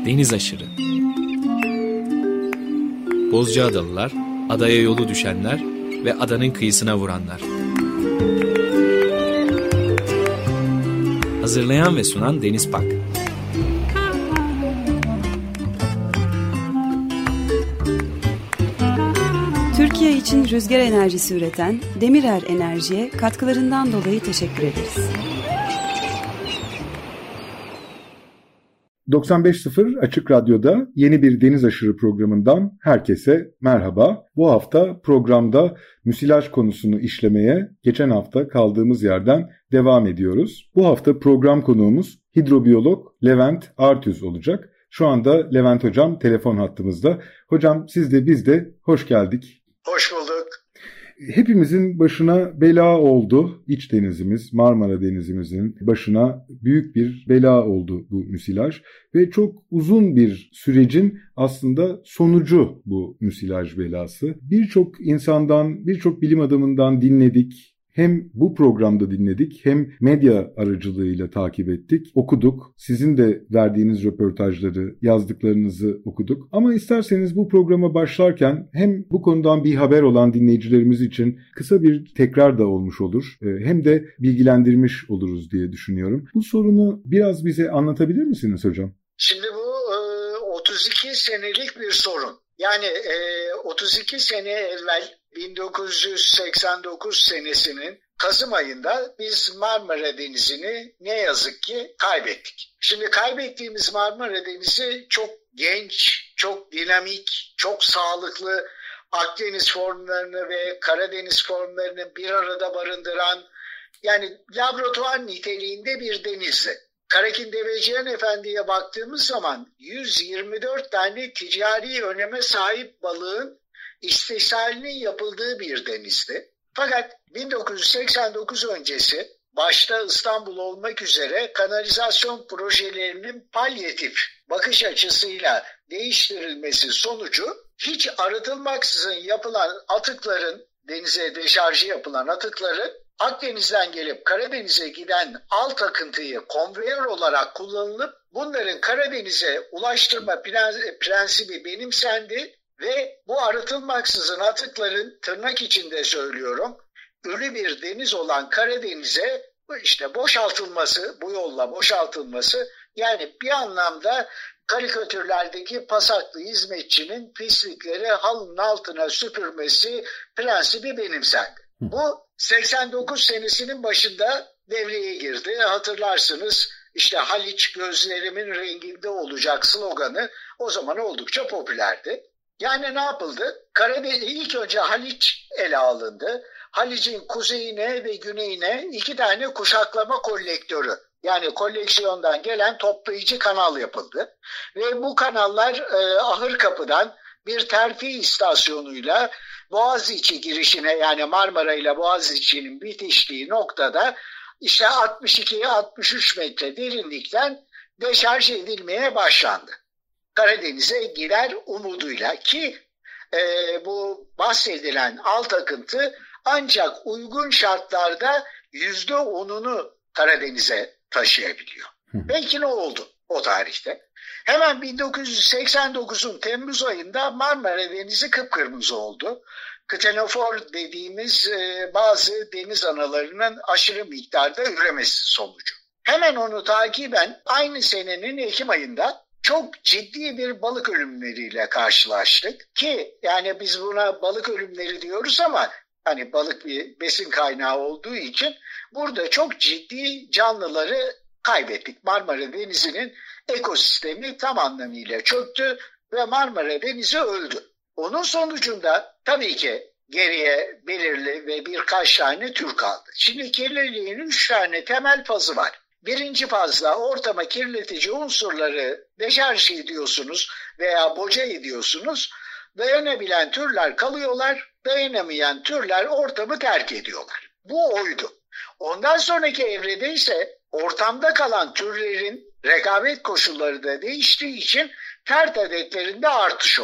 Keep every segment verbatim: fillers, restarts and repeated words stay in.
Deniz aşırı. Bozcaadalılar, adaya yolu düşenler ve adanın kıyısına vuranlar. Hazırlayan ve sunan Deniz Pak. Türkiye için rüzgar enerjisi üreten Demirer Enerji'ye katkılarından dolayı teşekkür ederiz. doksan beş nokta sıfır Açık Radyo'da yeni bir Deniz Aşırı programından herkese merhaba. Bu hafta programda müsilaj konusunu işlemeye geçen hafta kaldığımız yerden devam ediyoruz. Bu hafta program konuğumuz hidrobiyolog Levent Artüz olacak. Şu anda Levent Hocam telefon hattımızda. Hocam siz de biz de hoş geldik. Hoş bulduk. Hepimizin başına bela oldu. İç denizimiz, Marmara Denizimizin başına büyük bir bela oldu bu müsilaj. Ve çok uzun bir sürecin aslında sonucu bu müsilaj belası. Birçok insandan, birçok bilim adamından dinledik. Hem bu programda dinledik, hem medya aracılığıyla takip ettik, okuduk. Sizin de verdiğiniz röportajları, yazdıklarınızı okuduk. Ama isterseniz bu programa başlarken hem bu konudan bir haber olan dinleyicilerimiz için kısa bir tekrar da olmuş olur, hem de bilgilendirmiş oluruz diye düşünüyorum. Bu sorunu biraz bize anlatabilir misiniz hocam? Şimdi bu otuz iki senelik bir sorun. Yani otuz iki sene evvel bin dokuz yüz seksen dokuz senesinin Kasım ayında biz Marmara Denizi'ni ne yazık ki kaybettik. Şimdi kaybettiğimiz Marmara Denizi çok genç, çok dinamik, çok sağlıklı, Akdeniz formlarını ve Karadeniz formlarını bir arada barındıran, yani laboratuvar niteliğinde bir denizdi. Karakin Deveciyan Efendi'ye baktığımız zaman yüz yirmi dört tane ticari öneme sahip balığın istihsalinin yapıldığı bir denizdi. Fakat bin dokuz yüz seksen dokuz öncesi başta İstanbul olmak üzere kanalizasyon projelerinin palyatif bakış açısıyla değiştirilmesi sonucu hiç arıtılmaksızın yapılan atıkların, denize deşarjı yapılan atıkların Akdeniz'den gelip Karadeniz'e giden alt akıntıyı konveyör olarak kullanılıp bunların Karadeniz'e ulaştırma prensibi benimsendi ve bu arıtılmaksızın atıkların, tırnak içinde söylüyorum, ölü bir deniz olan Karadeniz'e işte boşaltılması, bu yolla boşaltılması, yani bir anlamda karikatürlerdeki pasaklı hizmetçinin pislikleri halının altına süpürmesi prensibi benimsendi. Bu seksen dokuz senesinin başında devreye girdi. Hatırlarsınız, işte Haliç gözlerimin renginde olacak sloganı o zaman oldukça popülerdi. Yani ne yapıldı? Karadeniz, ilk önce Haliç ele alındı. Haliç'in kuzeyine ve güneyine iki tane kuşaklama kolektörü, yani koleksiyondan gelen toplayıcı kanal yapıldı. Ve bu kanallar e, Ahırkapı'dan bir terfi istasyonuyla Boğaziçi girişine, yani Marmara ile Boğaziçi'nin bitiştiği noktada işte altmış iki altmış üç metre derinlikten deşarj edilmeye başlandı. Karadeniz'e girer umuduyla ki e, bu bahsedilen alt akıntı ancak uygun şartlarda yüzde onunu Karadeniz'e taşıyabiliyor. Belki ne oldu o tarihte? Hemen bin dokuz yüz seksen dokuzun Temmuz ayında Marmara Denizi kıpkırmızı oldu. Ktenofor dediğimiz e, bazı deniz analarının aşırı miktarda üremesi sonucu. Hemen onu takiben aynı senenin Ekim ayında çok ciddi bir balık ölümleriyle karşılaştık. Ki yani biz buna balık ölümleri diyoruz ama hani balık bir besin kaynağı olduğu için burada çok ciddi canlıları kaybettik. Marmara Denizi'nin ekosistemi tam anlamıyla çöktü ve Marmara Denizi öldü. Onun sonucunda tabii ki geriye belirli ve birkaç tane tür kaldı. Şimdi kirliliğin üç tane temel fazı var. Birinci fazla ortama kirletici unsurları deşarj ediyorsunuz veya boca ediyorsunuz. Dayanabilen türler kalıyorlar, dayanamayan türler ortamı terk ediyorlar. Bu oydu. Ondan sonraki evrede ise ortamda kalan türlerin rekabet koşulları da değiştiği için tert adetlerinde artış oluyor.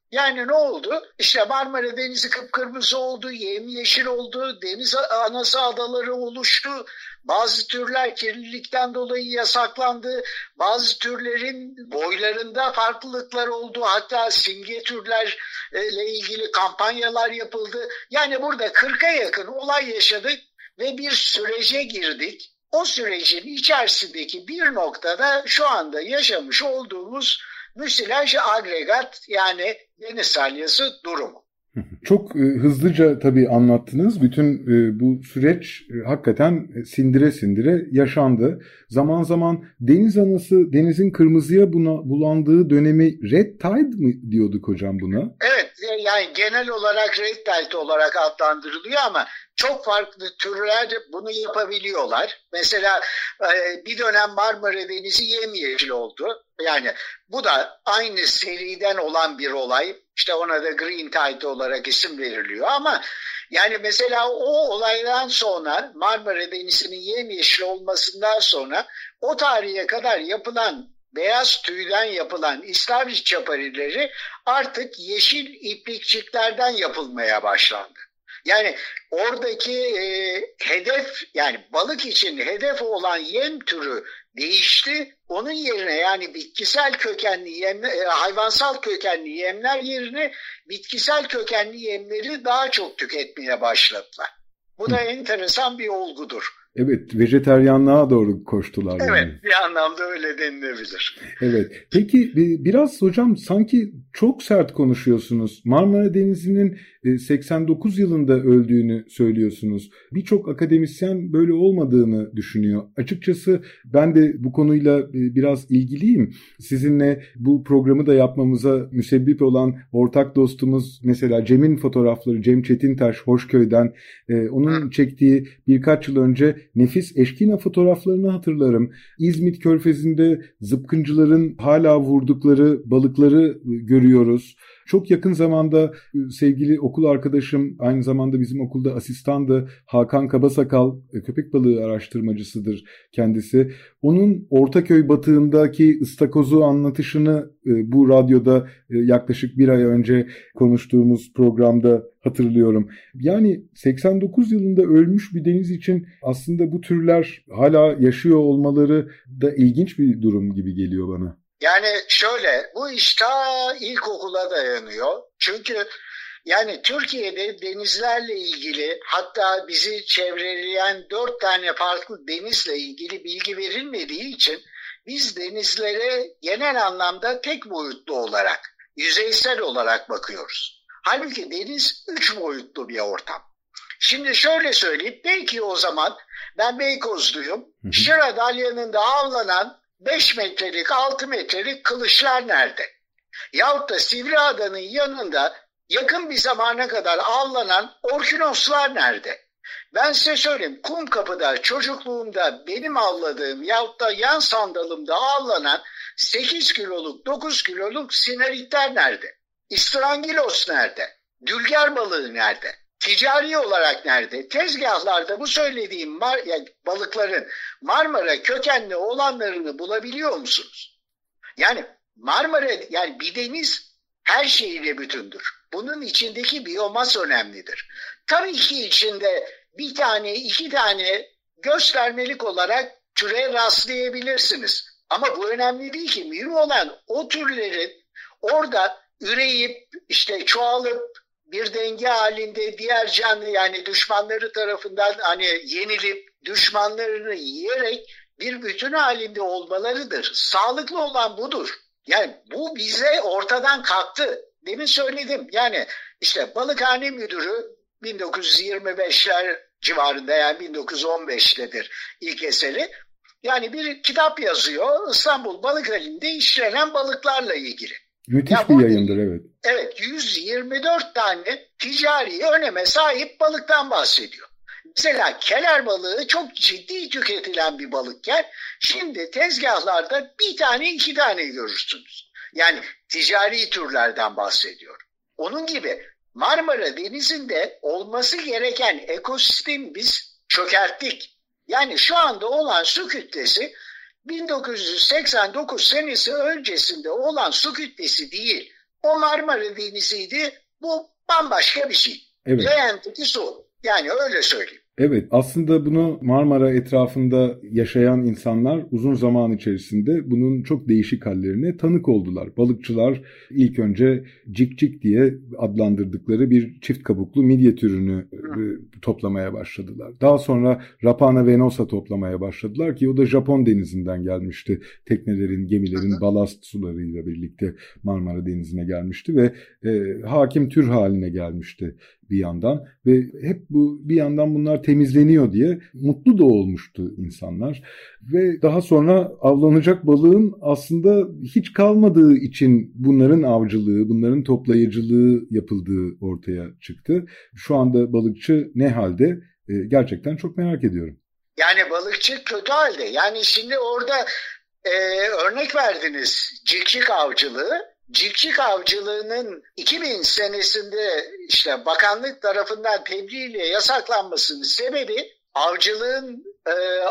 Yani ne oldu? İşte Marmara Denizi kıpkırmızı oldu, yemyeşil oldu, deniz anası adaları oluştu. Bazı türler kirlilikten dolayı yasaklandı. Bazı türlerin boylarında farklılıklar oldu. Hatta simge türlerle ilgili kampanyalar yapıldı. Yani burada kırka yakın olay yaşadık ve bir sürece girdik. O sürecin içerisindeki bir noktada şu anda yaşamış olduğumuz müsilaj agregat yani deniz salyası durumu. Çok e, hızlıca tabii anlattınız. Bütün e, bu süreç e, hakikaten sindire sindire yaşandı. Zaman zaman deniz anası denizin kırmızıya buna, bulandığı dönemi red tide mi diyorduk hocam buna? Evet, yani genel olarak red tide olarak adlandırılıyor ama çok farklı türler bunu yapabiliyorlar. Mesela e, bir dönem Marmara Denizi yemyeşil oldu. Yani bu da aynı seriden olan bir olay. İşte ona da green tide olarak isim veriliyor ama yani mesela o olaydan sonra Marmara Denizi'nin yemyeşil olmasından sonra o tarihe kadar yapılan beyaz tüyden yapılan istavrit çaparileri artık yeşil iplikçiklerden yapılmaya başlandı. Yani oradaki e, hedef yani balık için hedef olan yem türü değişti. Onun yerine yani bitkisel kökenli yemler, e, hayvansal kökenli yemler yerine bitkisel kökenli yemleri daha çok tüketmeye başladılar. Bu da enteresan bir olgudur. Evet, vejeteryanlığa doğru koştular. Evet, yani. Bir anlamda öyle denilebilir. Evet. Peki biraz hocam sanki çok sert konuşuyorsunuz. Marmara Denizi'nin seksen dokuz yılında öldüğünü söylüyorsunuz. Birçok akademisyen böyle olmadığını düşünüyor. Açıkçası ben de bu konuyla biraz ilgiliyim. Sizinle bu programı da yapmamıza müsebbip olan ortak dostumuz mesela Cem'in fotoğrafları, Cem Çetintaş Hoşköy'den onun çektiği birkaç yıl önce nefis eşkina fotoğraflarını hatırlarım. İzmit Körfezi'nde zıpkıncıların hala vurdukları balıkları görüyoruz. Çok yakın zamanda sevgili okul arkadaşım, aynı zamanda bizim okulda asistandı, Hakan Kabasakal, köpek balığı araştırmacısıdır kendisi. Onun Ortaköy batığındaki ıstakozu anlatışını bu radyoda yaklaşık bir ay önce konuştuğumuz programda hatırlıyorum. Yani seksen dokuz yılında ölmüş bir deniz için aslında bu türler hala yaşıyor olmaları da ilginç bir durum gibi geliyor bana. Yani şöyle, bu iş ta ilkokula dayanıyor. Çünkü yani Türkiye'de denizlerle ilgili hatta bizi çevreleyen dört tane farklı denizle ilgili bilgi verilmediği için biz denizlere genel anlamda tek boyutlu olarak, yüzeysel olarak bakıyoruz. Halbuki deniz üç boyutlu bir ortam. Şimdi şöyle söyleyeyim, belki o zaman ben Beykozluyum, Şıra Dalyanı'nda avlanan beş metrelik, altı metrelik kılıçlar nerede? Yahut da Sivriada'nın yanında yakın bir zamana kadar avlanan orkinoslar nerede? Ben size söyleyeyim, Kumkapı'da çocukluğumda benim avladığım yahut da yan sandalımda avlanan sekiz kiloluk, dokuz kiloluk sinaritler nerede? İstrangilos nerede? Dülger balığı nerede? Ticari olarak nerede? Tezgahlarda bu söylediğim mar- yani balıkların Marmara kökenli olanlarını bulabiliyor musunuz? Yani Marmara, yani bir deniz her şeyiyle bütündür. Bunun içindeki biyomas önemlidir. Tabii ki içinde bir tane, iki tane göstermelik olarak türe rastlayabilirsiniz. Ama bu önemli değil ki. Mühim olan o türlerin orada üreyip, işte çoğalıp, bir denge halinde diğer canlı yani düşmanları tarafından hani yenilip düşmanlarını yiyerek bir bütün halinde olmalarıdır. Sağlıklı olan budur. Yani bu bize ortadan kalktı. Demin söyledim yani işte Balıkhane Müdürü bin dokuz yüz yirmi beşler civarında yani bin dokuz yüz on beştedir ilk eseri. Yani bir kitap yazıyor İstanbul Balıkhali'nde işlenen balıklarla ilgili. Müthiş ya bir bu, yayındır evet. Evet yüz yirmi dört tane ticari öneme sahip balıktan bahsediyor. Mesela keler balığı çok ciddi tüketilen bir balıkken şimdi tezgahlarda bir tane iki tane görürsünüz. Yani ticari türlerden bahsediyor. Onun gibi Marmara Denizi'nde olması gereken ekosistemi biz çökerttik. Yani şu anda olan su kütlesi bin dokuz yüz seksen dokuz senesi öncesinde olan su kütlesi değil. O Marmara Denizi'ydi. Bu bambaşka bir şey. Evet. Leğendeki su. Yani öyle söyleyeyim. Evet, aslında bunu Marmara etrafında yaşayan insanlar uzun zaman içerisinde bunun çok değişik hallerine tanık oldular. Balıkçılar ilk önce cikcik diye adlandırdıkları bir çift kabuklu midye türünü e, toplamaya başladılar. Daha sonra Rapana venosa toplamaya başladılar ki o da Japon denizinden gelmişti. Teknelerin, gemilerin balast sularıyla birlikte Marmara Denizi'ne gelmişti ve e, hakim tür haline gelmişti bir yandan ve hep bu bir yandan bunlar temizleniyor diye mutlu da olmuştu insanlar ve daha sonra avlanacak balığın aslında hiç kalmadığı için bunların avcılığı, bunların toplayıcılığı yapıldığı ortaya çıktı. Şu anda balıkçı ne halde? Ee, gerçekten çok merak ediyorum. Yani balıkçı kötü halde. Yani şimdi orada e, örnek verdiniz cikcik avcılığı. Cikcik avcılığının iki bin senesinde işte bakanlık tarafından tebliğle yasaklanmasının sebebi avcılığın e,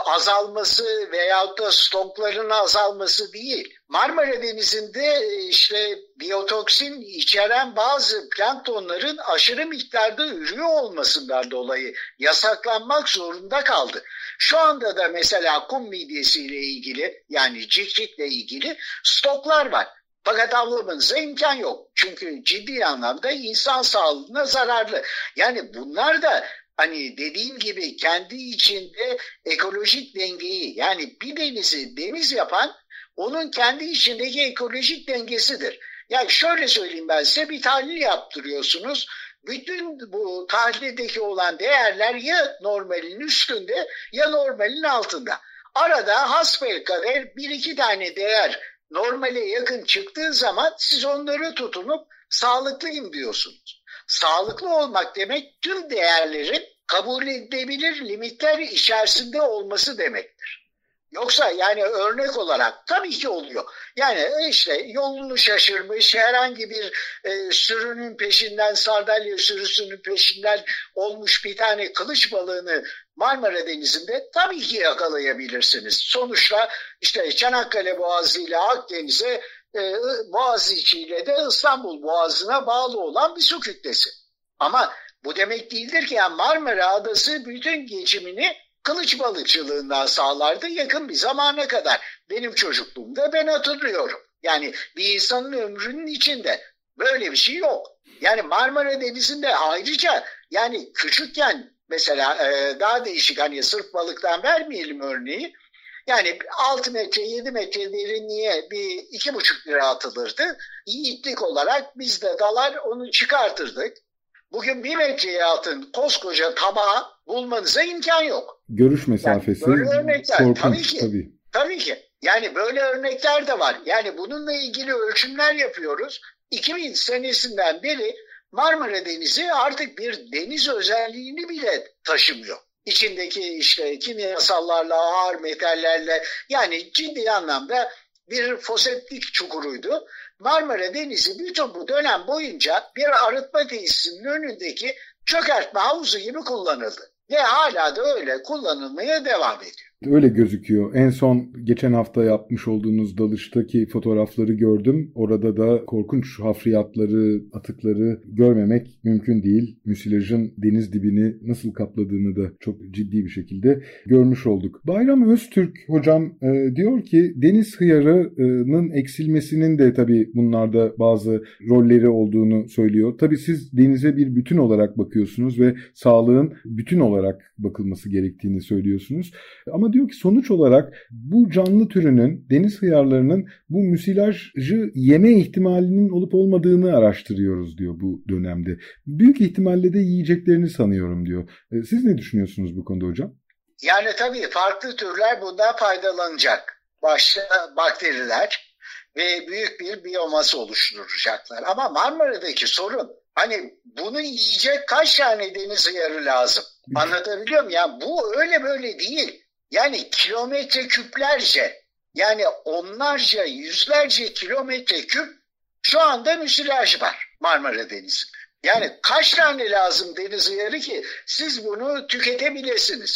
azalması veyahut da stokların azalması değil. Marmara Denizi'nde işte biyotoksin içeren bazı planktonların aşırı miktarda ürüyor olmasından dolayı yasaklanmak zorunda kaldı. Şu anda da mesela kum midyesiyle ilgili yani cikcikle ilgili stoklar var. Fakat avlamanıza imkan yok. Çünkü ciddi anlamda insan sağlığına zararlı. Yani bunlar da hani dediğim gibi kendi içinde ekolojik dengeyi yani bir denizi deniz yapan onun kendi içindeki ekolojik dengesidir. Yani şöyle söyleyeyim ben size bir tahlil yaptırıyorsunuz. Bütün bu tahlildeki olan değerler ya normalin üstünde ya normalin altında. Arada hasbelkader bir iki tane değer normale yakın çıktığı zaman siz onları tutunup sağlıklıyım diyorsunuz. Sağlıklı olmak demek tüm değerlerin kabul edilebilir limitler içerisinde olması demektir. Yoksa yani örnek olarak tabii ki oluyor. Yani işte yolunu şaşırmış herhangi bir e, sürünün peşinden sardalya sürüsünün peşinden olmuş bir tane kılıç balığını Marmara Denizi'nde tabii ki yakalayabilirsiniz. Sonuçta işte Çanakkale Boğazı ile Akdeniz'e, e, Boğaziçi ile de İstanbul Boğazı'na bağlı olan bir su kütlesi. Ama bu demek değildir ki yani Marmara Adası bütün geçimini kılıç balıkçılığından sağlardı yakın bir zamana kadar. Benim çocukluğumda ben hatırlıyorum. Yani bir insanın ömrünün içinde böyle bir şey yok. Yani Marmara Denizi'nde ayrıca yani küçükken mesela e, daha değişik hani sırf balıktan vermeyelim örneği. Yani altı metre yedi metre derinliğe bir iki buçuk lira atılırdı. Yiğitlik olarak biz de dalar onu çıkartırdık. Bugün bir metreye atın koskoca tabağı bulmanıza imkan yok. Görüş mesafesi yani böyle örnekler, korkunç tabii ki, tabii. Tabii ki. Yani böyle örnekler de var. Yani bununla ilgili ölçümler yapıyoruz. iki bin senesinden beri Marmara Denizi artık bir deniz özelliğini bile taşımıyor. İçindeki işte kimyasallarla, ağır metallerle yani ciddi anlamda bir foseptik çukuruydu. Marmara Denizi bütün bu dönem boyunca bir arıtma tesisinin önündeki çökertme havuzu gibi kullanıldı. Ve hala da öyle kullanılmaya devam ediyor. Öyle gözüküyor. En son geçen hafta yapmış olduğunuz dalıştaki fotoğrafları gördüm. Orada da korkunç hafriyatları, atıkları görmemek mümkün değil. Müsilajın deniz dibini nasıl kapladığını da çok ciddi bir şekilde görmüş olduk. Bayram Öztürk hocam e, diyor ki deniz hıyarının eksilmesinin de tabii bunlarda bazı rolleri olduğunu söylüyor. Tabii siz denize bir bütün olarak bakıyorsunuz ve sağlığın bütün olarak bakılması gerektiğini söylüyorsunuz. Ama diyor ki sonuç olarak bu canlı türünün, deniz hıyarlarının bu müsilajı yeme ihtimalinin olup olmadığını araştırıyoruz diyor bu dönemde. Büyük ihtimalle de yiyeceklerini sanıyorum diyor. Siz ne düşünüyorsunuz bu konuda hocam? Yani tabii farklı türler bundan faydalanacak. Başta bakteriler ve büyük bir biyoması oluşturacaklar. Ama Marmara'daki sorun hani bunu yiyecek kaç tane deniz hıyarı lazım? Anlatabiliyor muyum? Yani bu öyle böyle değil. Yani kilometre küplerce yani onlarca yüzlerce kilometre küp şu anda müsilaj var Marmara Denizi'nde. Yani kaç tane lazım deniz hıyarı ki siz bunu tüketebilirsiniz?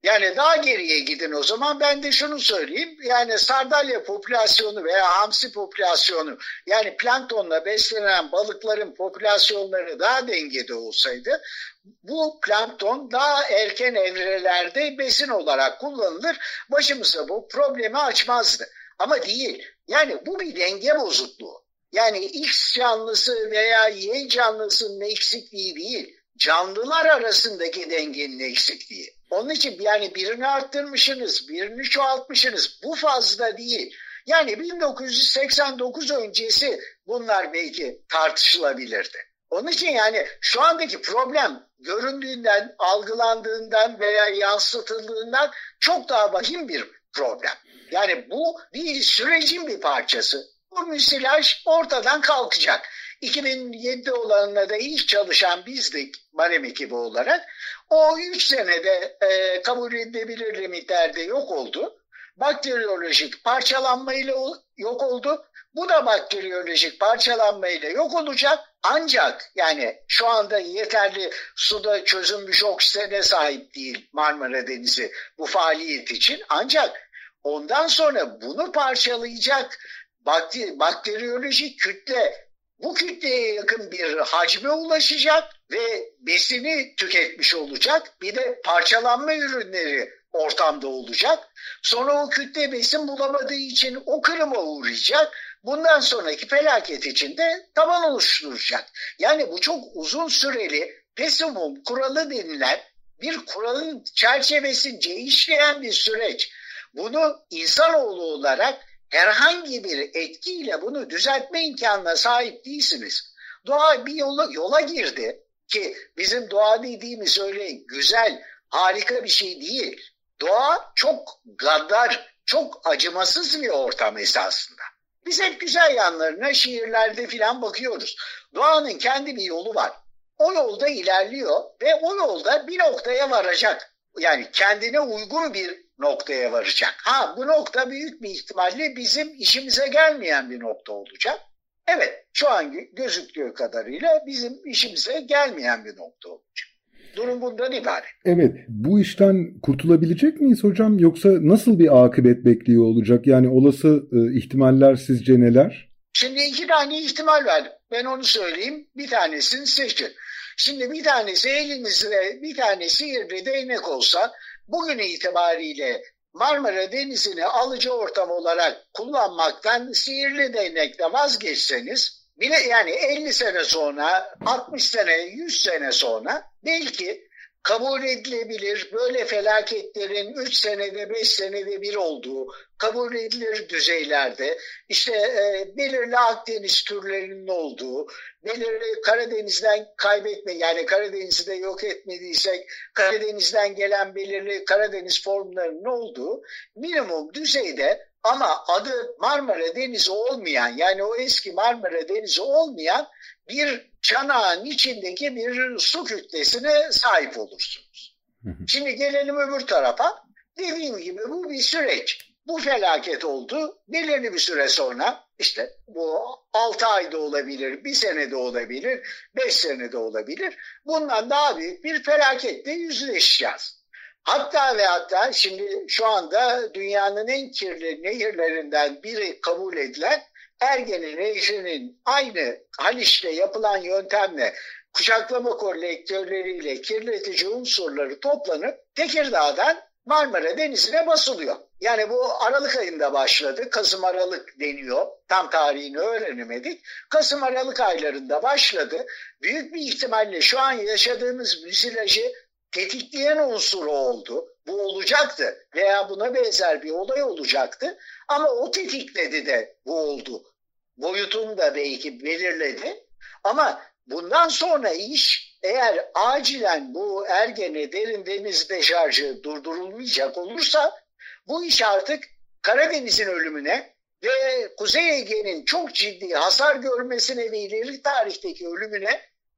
Yani daha geriye gidin o zaman, ben de şunu söyleyeyim. Yani sardalya popülasyonu veya hamsi popülasyonu, yani planktonla beslenen balıkların popülasyonları daha dengede olsaydı, bu plankton daha erken evrelerde besin olarak kullanılır, başımıza bu problemi açmazdı. Ama değil. Yani bu bir denge bozukluğu. Yani X canlısı veya Y canlısının eksikliği değil, canlılar arasındaki dengenin eksikliği. Onun için yani birini arttırmışsınız, birini çoğaltmışsınız. Bu fazla değil. Yani bin dokuz yüz seksen dokuz öncesi bunlar belki tartışılabilirdi. Onun için yani şu andaki problem göründüğünden, algılandığından veya yansıtıldığından çok daha vahim bir problem. Yani bu bir sürecin bir parçası. Bu müsilaj ortadan kalkacak. iki bin yedi olanına da ilk çalışan bizdik Marem ekibi olarak. O üç senede e, kabul edilebilir limitlerde yok oldu. Bakteriyolojik parçalanmayla yok oldu. Bu da bakteriyolojik parçalanmayla yok olacak. Ancak yani şu anda yeterli suda çözülmüş oksijene sahip değil Marmara Denizi bu faaliyet için. Ancak ondan sonra bunu parçalayacak bakteri, bakteriyolojik kütle bu kütleye yakın bir hacme ulaşacak ve besini tüketmiş olacak. Bir de parçalanma ürünleri ortamda olacak. Sonra o kütle besin bulamadığı için o kırıma uğrayacak. Bundan sonraki felaket için de taban oluşturacak. Yani bu çok uzun süreli PESUM'un kuralı denilen bir kuralın çerçevesince işleyen bir süreç. Bunu insanoğlu olarak herhangi bir etkiyle bunu düzeltme imkanına sahip değilsiniz. Doğa bir yola, yola girdi ki bizim doğa dediğimiz öyle güzel, harika bir şey değil. Doğa çok gaddar, çok acımasız bir ortam esasında. Biz hep güzel yanlarına şiirlerde filan bakıyoruz. Doğanın kendi bir yolu var. O yolda ilerliyor ve o yolda bir noktaya varacak. Yani kendine uygun bir noktaya varacak. Ha, bu nokta büyük bir ihtimalle bizim işimize gelmeyen bir nokta olacak. Evet, şu an gözüktüğü kadarıyla bizim işimize gelmeyen bir nokta olacak. Durum bundan ibaret. Evet, bu işten kurtulabilecek miyiz hocam? Yoksa nasıl bir akıbet bekliyor olacak? Yani olası e, ihtimaller sizce neler? Şimdi iki tane ihtimal var. Ben onu söyleyeyim. Bir tanesini seçin. Şimdi bir tanesi elinizde, bir tanesi sihirli değnek olsa, bugün itibariyle Marmara Denizi'ni alıcı ortam olarak kullanmaktan sihirli değnekle vazgeçseniz, bile yani elli sene sonra, altmış sene, yüz sene sonra belki kabul edilebilir, böyle felaketlerin üç senede beş senede bir olduğu kabul edilir düzeylerde, işte e, belirli Akdeniz türlerinin olduğu, belirli Karadeniz'den kaybetme, yani Karadeniz'i de yok etmediysek Karadeniz'den gelen belirli Karadeniz formlarının olduğu minimum düzeyde, ama adı Marmara Denizi olmayan, yani o eski Marmara Denizi olmayan bir çanağın içindeki bir su kütlesine sahip olursunuz. Şimdi gelelim öbür tarafa. Dediğim gibi bu bir süreç. Bu felaket oldu. Belirli bir süre sonra, işte bu altı ayda olabilir, bir senede olabilir, beş senede olabilir. Bundan daha büyük bir felaketle yüzleşeceğiz. Hatta ve hatta şimdi şu anda dünyanın en kirli nehirlerinden biri kabul edilen Ergene Nehri'nin aynı Haliç'te yapılan yöntemle kuşaklama kolektörleriyle kirletici unsurları toplanıp Tekirdağ'dan Marmara Denizi'ne basılıyor. Yani bu Aralık ayında başladı. Kasım-Aralık deniyor. Tam tarihini öğrenemedik. Kasım-Aralık aylarında başladı. Büyük bir ihtimalle şu an yaşadığımız müsilajı tetikleyen unsur oldu. Bu olacaktı veya buna benzer bir olay olacaktı. Ama o tetikledi de bu oldu. Boyutunu da belki belirledi. Ama bundan sonra iş, eğer acilen bu Ergene derin deniz deşarjı durdurulmayacak olursa, bu iş artık Karadeniz'in ölümüne ve Kuzey Ege'nin çok ciddi hasar görmesine ve ileri tarihteki ölümüne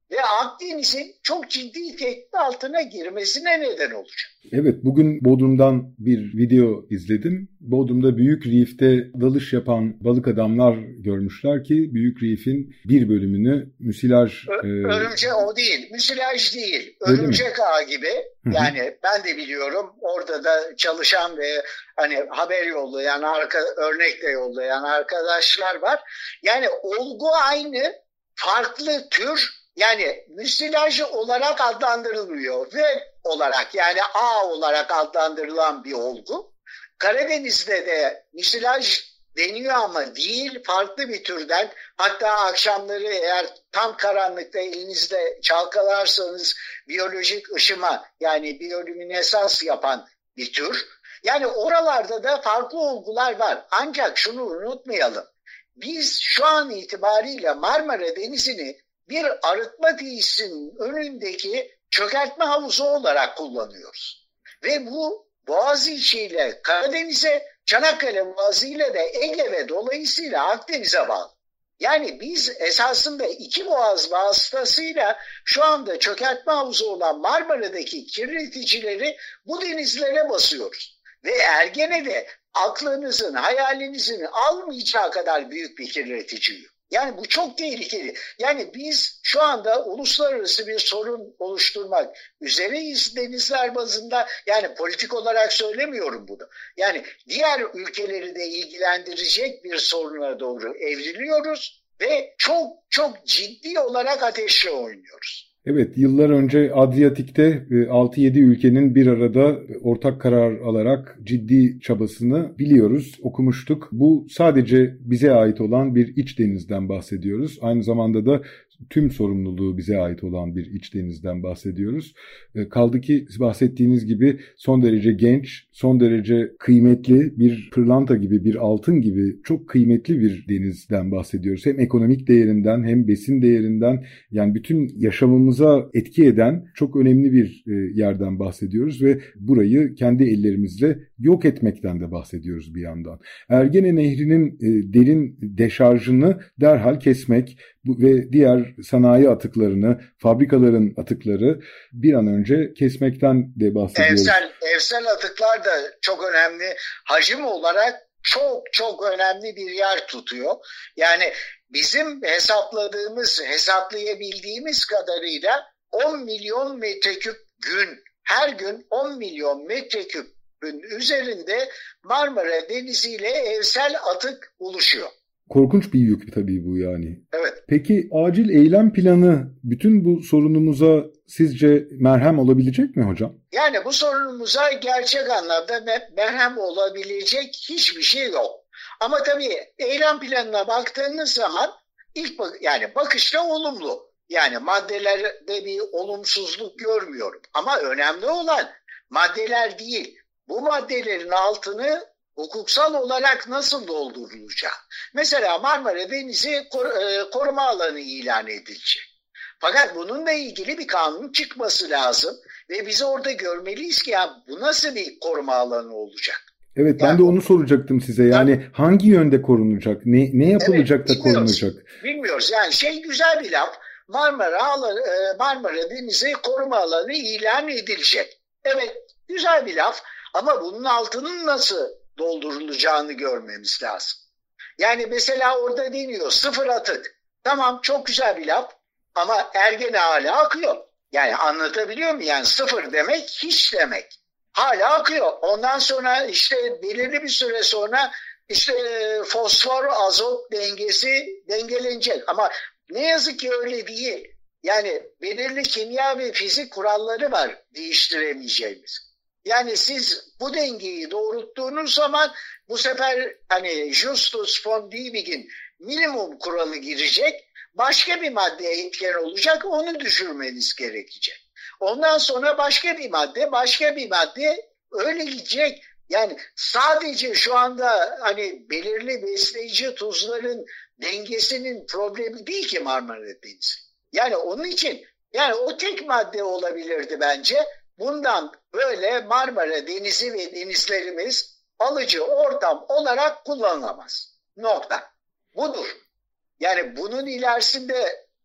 ve Akdeniz'in çok ciddi tehdit altına girmesine neden olacak. Evet, bugün Bodrum'dan bir video izledim. Bodrum'da Büyük Reef'te dalış yapan balık adamlar görmüşler ki Büyük Reef'in bir bölümünü müsilaj... Ö- e... Örümcek o değil, müsilaj değil. Örümcek ağı gibi. Hı-hı. Yani ben de biliyorum, orada da çalışan ve hani haber yollayan, arka, örnek de yollayan arkadaşlar var. Yani olgu aynı, farklı tür. Yani müsilaj olarak adlandırılmıyor ve olarak yani A olarak adlandırılan bir olgu. Karadeniz'de de müsilaj deniyor ama değil, farklı bir türden. Hatta akşamları eğer tam karanlıkta elinizde çalkalarsanız biyolojik ışıma yani biyolüminesans yapan bir tür. Yani oralarda da farklı olgular var. Ancak şunu unutmayalım. Biz şu an itibariyle Marmara Denizi'ni bir arıtma tesisinin önündeki çökertme havuzu olarak kullanıyoruz. Ve bu Boğaziçi ile Karadeniz'e, Çanakkale Boğazı ile de Ege ve dolayısıyla Akdeniz'e bağlı. Yani biz esasında iki boğaz vasıtasıyla şu anda çökertme havuzu olan Marmara'daki kirleticileri bu denizlere basıyoruz. Ve Ergene'de aklınızın, hayalinizin almayacağı kadar büyük bir kirletici. Yani bu çok tehlikeli. Yani biz şu anda uluslararası bir sorun oluşturmak üzereyiz denizler bazında. Yani politik olarak söylemiyorum bunu. Yani diğer ülkeleri de ilgilendirecek bir soruna doğru evriliyoruz ve çok çok ciddi olarak ateşle oynuyoruz. Evet, yıllar önce Adriyatik'te altı yedi ülkenin bir arada ortak karar alarak ciddi çabasını biliyoruz, okumuştuk. Bu sadece bize ait olan bir iç denizden bahsediyoruz. Aynı zamanda da tüm sorumluluğu bize ait olan bir iç denizden bahsediyoruz. Kaldı ki bahsettiğiniz gibi son derece genç, son derece kıymetli bir pırlanta gibi, bir altın gibi çok kıymetli bir denizden bahsediyoruz. Hem ekonomik değerinden hem besin değerinden, yani bütün yaşamımıza etki eden çok önemli bir yerden bahsediyoruz ve burayı kendi ellerimizle yok etmekten de bahsediyoruz bir yandan. Ergene Nehri'nin derin deşarjını derhal kesmek ve diğer sanayi atıklarını, fabrikaların atıkları bir an önce kesmekten de bahsediyoruz. Evsel, evsel atıklar da çok önemli. Hacim olarak çok çok önemli bir yer tutuyor. Yani bizim hesapladığımız, hesaplayabildiğimiz kadarıyla on milyon metreküp gün, her gün on milyon metreküpün üzerinde Marmara Denizi ile evsel atık oluşuyor. Korkunç bir yük tabii bu yani. Evet. Peki acil eylem planı bütün bu sorunumuza sizce merhem olabilecek mi hocam? Yani bu sorunumuza gerçek anlamda merhem olabilecek hiçbir şey yok. Ama tabii eylem planına baktığınız zaman ilk bak- yani bakışta olumlu. Yani maddelerde bir olumsuzluk görmüyorum. Ama önemli olan maddeler değil. Bu maddelerin altını hukuksal olarak nasıl doldurulacak? Mesela Marmara Denizi koruma alanı ilan edilecek. Fakat bununla ilgili bir kanun çıkması lazım ve biz orada görmeliyiz ki ya bu nasıl bir koruma alanı olacak? Evet, ben yani, de onu soracaktım size. Yani tabii, hangi yönde korunacak? Ne ne yapılacak evet, da korunacak? Bilmiyoruz. Yani şey güzel bir laf. Marmara Marmara Denizi koruma alanı ilan edilecek. Evet, güzel bir laf ama bunun altının nasıl doldurulacağını görmemiz lazım. Yani mesela orada deniyor sıfır atık. Tamam, çok güzel bir laf ama Ergene hala akıyor. Yani anlatabiliyor muyum? Yani sıfır demek hiç demek. Hala akıyor. Ondan sonra işte belirli bir süre sonra işte fosfor azot dengesi dengelenecek. Ama ne yazık ki öyle değil. Yani belirli kimya ve fizik kuralları var değiştiremeyeceğimiz. Yani siz bu dengeyi doğrulttuğunuz zaman bu sefer hani Justus von Liebig'in minimum kuralı girecek. Başka bir madde etken olacak, onu düşürmeniz gerekecek. Ondan sonra başka bir madde, başka bir madde öyle gidecek. Yani sadece şu anda hani belirli besleyici tuzların dengesinin problemi değil ki Marmara Denizi. Yani onun için yani o tek madde olabilirdi bence. Bundan böyle Marmara Denizi ve denizlerimiz alıcı ortam olarak kullanılamaz. Nokta. Budur. Yani bunun ilerisinde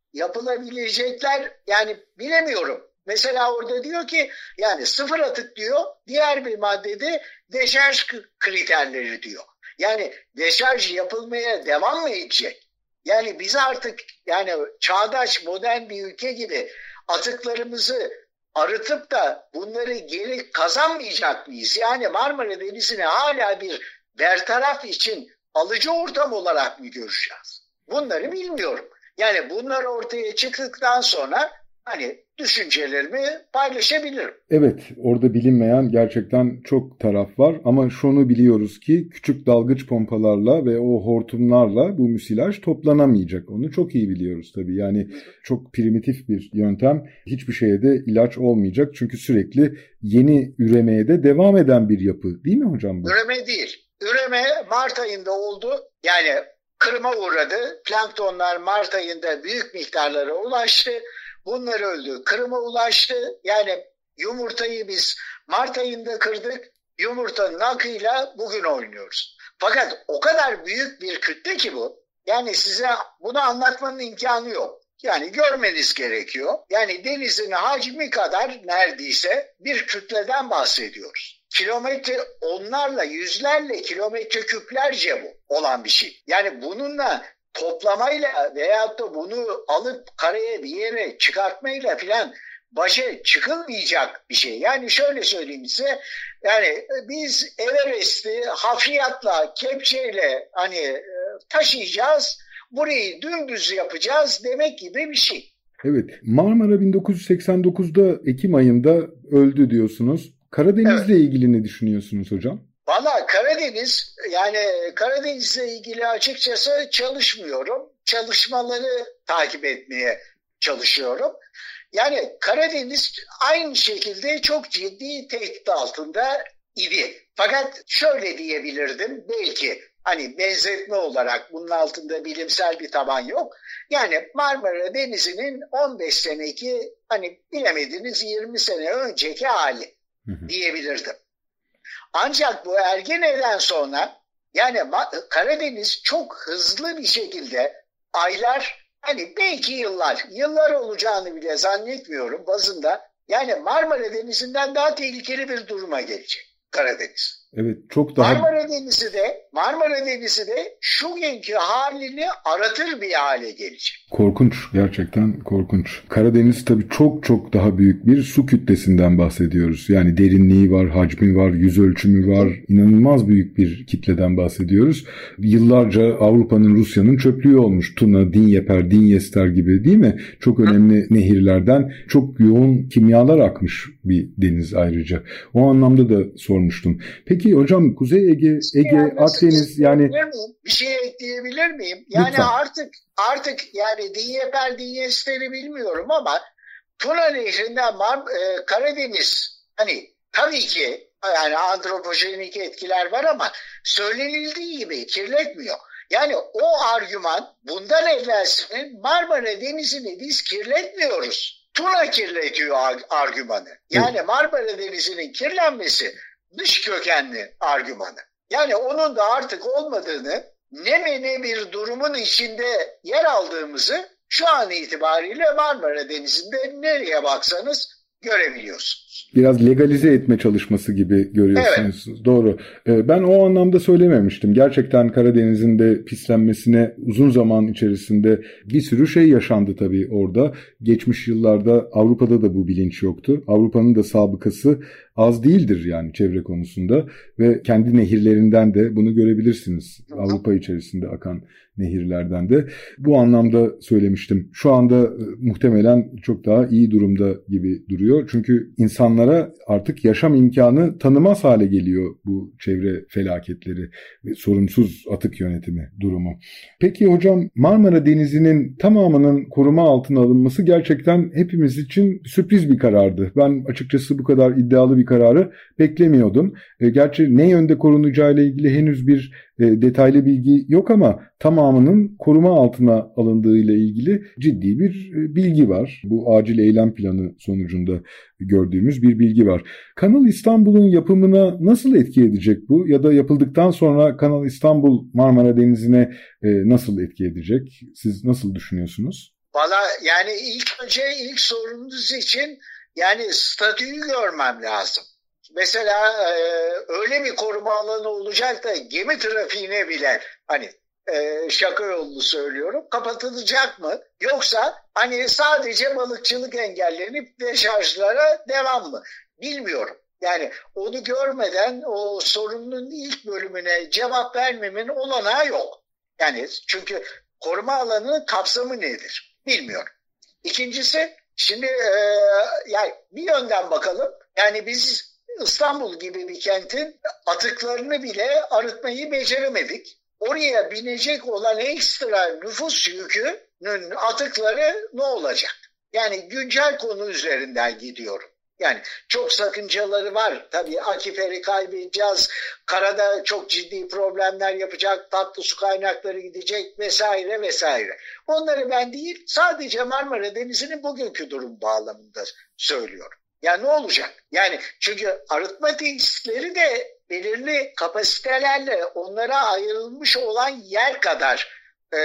yapılabilecekler yani bilemiyorum. Mesela orada diyor ki yani sıfır atık diyor, diğer bir maddede deşarj kriterleri diyor. Yani deşarj yapılmaya devam mı edecek? Yani biz artık yani çağdaş modern bir ülke gibi atıklarımızı arıtıp da bunları geri kazanmayacak mıyız? Yani Marmara Denizi'ni hala bir bertaraf için alıcı ortam olarak mı göreceğiz? Bunları bilmiyorum. Yani bunlar ortaya çıktıktan sonra hani düşüncelerimi paylaşabilirim. Evet, orada bilinmeyen gerçekten çok taraf var ama şunu biliyoruz ki küçük dalgıç pompalarla ve o hortumlarla bu müsilaj toplanamayacak. Onu çok iyi biliyoruz tabii. Yani çok primitif bir yöntem. Hiçbir şeye de ilaç olmayacak. Çünkü sürekli yeni üremeye de devam eden bir yapı. Değil mi hocam bu? Üreme değil. Üreme Mart ayında oldu. Yani kırıma uğradı. Planktonlar Mart ayında büyük miktarlara ulaştı. Bunlar öldü. Kırıma ulaştı. Yani yumurtayı biz Mart ayında kırdık. Yumurtanın akıyla bugün oynuyoruz. Fakat o kadar büyük bir kütle ki bu. Yani size bunu anlatmanın imkanı yok. Yani görmeniz gerekiyor. Yani denizin hacmi kadar neredeyse bir kütleden bahsediyoruz. Kilometre onlarla, yüzlerle kilometre küplerce bu olan bir şey. Yani bununla toplamayla veyahut da bunu alıp karaya bir yere çıkartmayla filan başa çıkılmayacak bir şey. Yani şöyle söyleyeyim size, yani biz Everest'i hafriyatla, kepçeyle hani taşıyacağız, burayı dümdüz yapacağız demek gibi bir şey. Evet, Marmara bin dokuz yüz seksen dokuzda Ekim ayında öldü diyorsunuz. Karadeniz'le evet. ilgili ne düşünüyorsunuz hocam? Valla Karadeniz, yani Karadeniz'le ilgili açıkçası çalışmıyorum. Çalışmaları takip etmeye çalışıyorum. Yani Karadeniz aynı şekilde çok ciddi tehdit altında idi. Fakat şöyle diyebilirdim, belki hani benzetme olarak bunun altında bilimsel bir taban yok. Yani Marmara Denizi'nin on beş seneki hani bilemediniz yirmi sene önceki hali diyebilirdim. Ancak bu Ergene'den sonra yani Karadeniz çok hızlı bir şekilde aylar, hani belki yıllar, yıllar olacağını bile zannetmiyorum bazında. Yani Marmara Denizi'nden daha tehlikeli bir duruma gelecek Karadeniz. Evet, çok daha... Marmara Denizi de, Marmara Denizi de şu günkü halini aratır bir hale gelecek. Korkunç, gerçekten korkunç. Karadeniz tabii çok çok daha büyük bir su kütlesinden bahsediyoruz. Yani derinliği var, hacmi var, yüz ölçümü var. İnanılmaz büyük bir kitleden bahsediyoruz. Yıllarca Avrupa'nın, Rusya'nın çöplüğü olmuş. Tuna, Dinyeper, Dinyester gibi, değil mi? Çok önemli nehirlerden çok yoğun kimyalar akmış bir deniz ayrıca. O anlamda da sormuştum. Peki hocam, Kuzey Ege, Ege, yani Akdeniz yani... Bir şey ekleyebilir miyim? Yani lütfen. artık artık yani Dinyeper, Dinyester'i bilmiyorum ama Tuna Nehri'nden e, Karadeniz, hani tabii ki yani antropojenik etkiler var ama söylenildiği gibi kirletmiyor. Yani o argüman, bundan evvelsinin Marmara Denizi'ni biz kirletmiyoruz. Tuna kirletiyor argümanı. Yani evet. Marmara Denizi'nin kirlenmesi dış kökenli argümanı. Yani onun da artık olmadığını, ne mi ne bir durumun içinde yer aldığımızı şu an itibariyle Marmara Denizi'nde nereye baksanız görebiliyorsunuz. Biraz legalize etme çalışması gibi görüyorsunuz. Evet. Doğru. Ben o anlamda söylememiştim. Gerçekten Karadeniz'in de pislenmesine uzun zaman içerisinde bir sürü şey yaşandı tabii orada. Geçmiş yıllarda Avrupa'da da bu bilinç yoktu. Avrupa'nın da sabıkası az değildir yani çevre konusunda ve kendi nehirlerinden de bunu görebilirsiniz. Hı hı. Avrupa içerisinde akan nehirlerden de. Bu anlamda söylemiştim. Şu anda muhtemelen çok daha iyi durumda gibi duruyor. Çünkü insanlara artık yaşam imkanı tanımaz hale geliyor bu çevre felaketleri ve sorumsuz atık yönetimi durumu. Peki hocam, Marmara Denizi'nin tamamının koruma altına alınması gerçekten hepimiz için sürpriz bir karardı. Ben açıkçası bu kadar iddialı bir kararı beklemiyordum. Gerçi ne yönde korunacağıyla ilgili henüz bir e, detaylı bilgi yok ama tamamının koruma altına alındığıyla ilgili ciddi bir e, bilgi var. Bu acil eylem planı sonucunda gördüğümüz bir bilgi var. Kanal İstanbul'un yapımına nasıl etki edecek bu? Ya da yapıldıktan sonra Kanal İstanbul Marmara Denizi'ne e, nasıl etki edecek? Siz nasıl düşünüyorsunuz? Valla yani ilk önce ilk sorunuz için yani statüyü görmem lazım. Mesela e, öyle bir koruma alanı olacak da gemi trafiğine bile hani e, şaka yollu söylüyorum kapatılacak mı? Yoksa hani sadece balıkçılık engellenip deşarjlara devam mı? Bilmiyorum. Yani onu görmeden o sorunun ilk bölümüne cevap vermemin olanağı yok. Yani çünkü koruma alanının kapsamı nedir? Bilmiyorum. İkincisi şimdi e, yani bir yönden bakalım. Yani biz İstanbul gibi bir kentin atıklarını bile arıtmayı beceremedik. Oraya binecek olan ekstra nüfus yükünün atıkları ne olacak? Yani güncel konu üzerinden gidiyorum. Yani çok sakıncaları var. Tabii akiferi kaybedeceğiz. Karada çok ciddi problemler yapacak. Tatlı su kaynakları gidecek vesaire vesaire. Onları ben değil sadece Marmara Denizi'nin bugünkü durum bağlamında söylüyorum. Ya ne olacak? Yani çünkü arıtma tesisleri de belirli kapasitelerle onlara ayrılmış olan yer kadar e,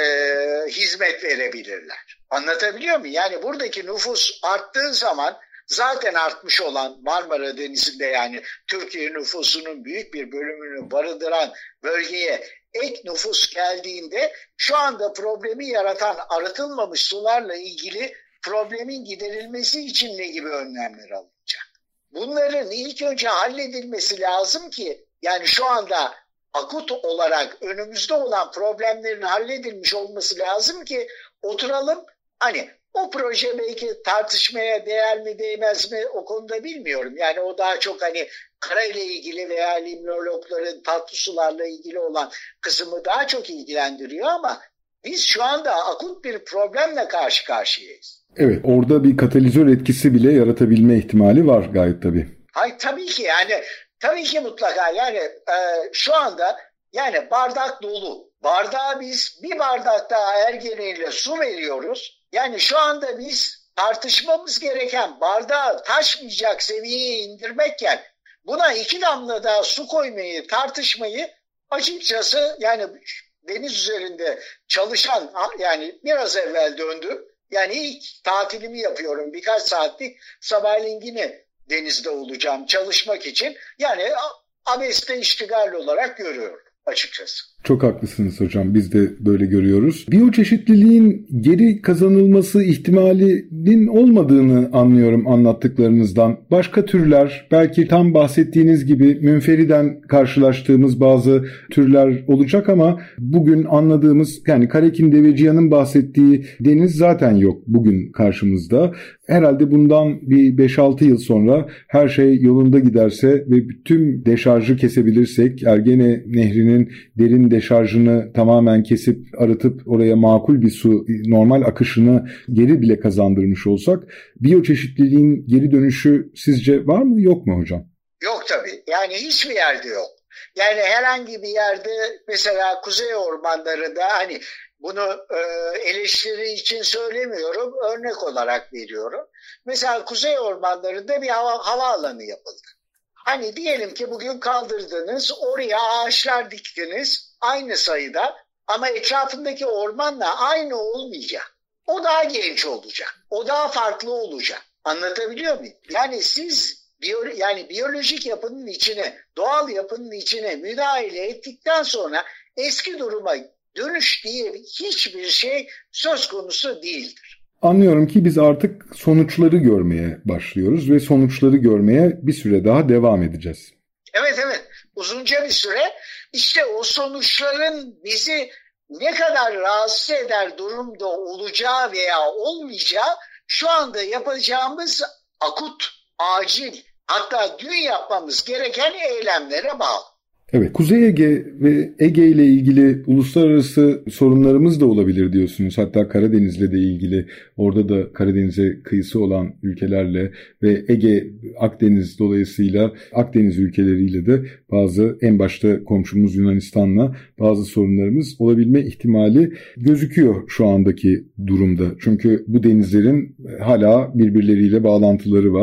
hizmet verebilirler. Anlatabiliyor muyum? Yani buradaki nüfus arttığı zaman zaten artmış olan Marmara Denizi'nde yani Türkiye nüfusunun büyük bir bölümünü barındıran bölgeye ek nüfus geldiğinde şu anda problemi yaratan arıtılmamış sularla ilgili problemin giderilmesi için ne gibi önlemler alınacak? Bunların ilk önce halledilmesi lazım ki yani şu anda akut olarak önümüzde olan problemlerin halledilmiş olması lazım ki oturalım hani o proje belki tartışmaya değer mi değmez mi o konuda bilmiyorum. Yani o daha çok hani karayla ilgili veya limnologların tatlı sularla ilgili olan kısmı daha çok ilgilendiriyor ama biz şu anda akut bir problemle karşı karşıyayız. Evet, orada bir katalizör etkisi bile yaratabilme ihtimali var gayet tabii. Hayır tabii ki yani tabii ki mutlaka yani e, şu anda yani bardak dolu. Bardağa biz bir bardak daha ergeniyle su veriyoruz. Yani şu anda biz tartışmamız gereken bardağı taşmayacak seviyeye indirmekken buna iki damla daha su koymayı tartışmayı açıkçası yani deniz üzerinde çalışan yani biraz evvel döndüm. Yani ilk tatilimi yapıyorum birkaç saatlik sabahleyin yine denizde olacağım çalışmak için. Yani abeste iştigal olarak görüyorum açıkçası. Çok haklısınız hocam. Biz de böyle görüyoruz. Biyoçeşitliliğin geri kazanılması ihtimalinin olmadığını anlıyorum anlattıklarınızdan. Başka türler, belki tam bahsettiğiniz gibi münferiden karşılaştığımız bazı türler olacak ama bugün anladığımız yani Karakin Deveciyan'ın bahsettiği deniz zaten yok bugün karşımızda. Herhalde bundan bir beş altı yıl sonra her şey yolunda giderse ve tüm deşarjı kesebilirsek, Ergene Nehri'nin derin deşarjını tamamen kesip arıtıp oraya makul bir su normal akışını geri bile kazandırmış olsak biyoçeşitliliğin geri dönüşü sizce var mı yok mu hocam? Yok tabii. Yani hiçbir yerde yok. Yani herhangi bir yerde mesela kuzey ormanlarında hani bunu e, eleştiri için söylemiyorum, örnek olarak veriyorum. Mesela kuzey ormanlarında bir hava, havaalanı yapıldı. Hani diyelim ki bugün kaldırdınız, oraya ağaçlar diktiniz aynı sayıda ama etrafındaki ormanla aynı olmayacak. O daha genç olacak, o daha farklı olacak. Anlatabiliyor muyum? Yani siz biyo, yani biyolojik yapının içine, doğal yapının içine müdahale ettikten sonra eski duruma dönüş diye hiçbir şey söz konusu değildir. Anlıyorum ki biz artık sonuçları görmeye başlıyoruz ve sonuçları görmeye bir süre daha devam edeceğiz. Evet evet uzunca bir süre işte o sonuçların bizi ne kadar rahatsız eder durumda olacağı veya olmayacağı şu anda yapacağımız akut, acil hatta dün yapmamız gereken eylemlere bağlı. Evet, Kuzey Ege ve Ege ile ilgili uluslararası sorunlarımız da olabilir diyorsunuz. Hatta Karadeniz'le de ilgili, orada da Karadeniz'e kıyısı olan ülkelerle ve Ege, Akdeniz dolayısıyla Akdeniz ülkeleriyle de bazı, en başta komşumuz Yunanistan'la bazı sorunlarımız olabilme ihtimali gözüküyor şu andaki durumda. Çünkü bu denizlerin hala birbirleriyle bağlantıları var.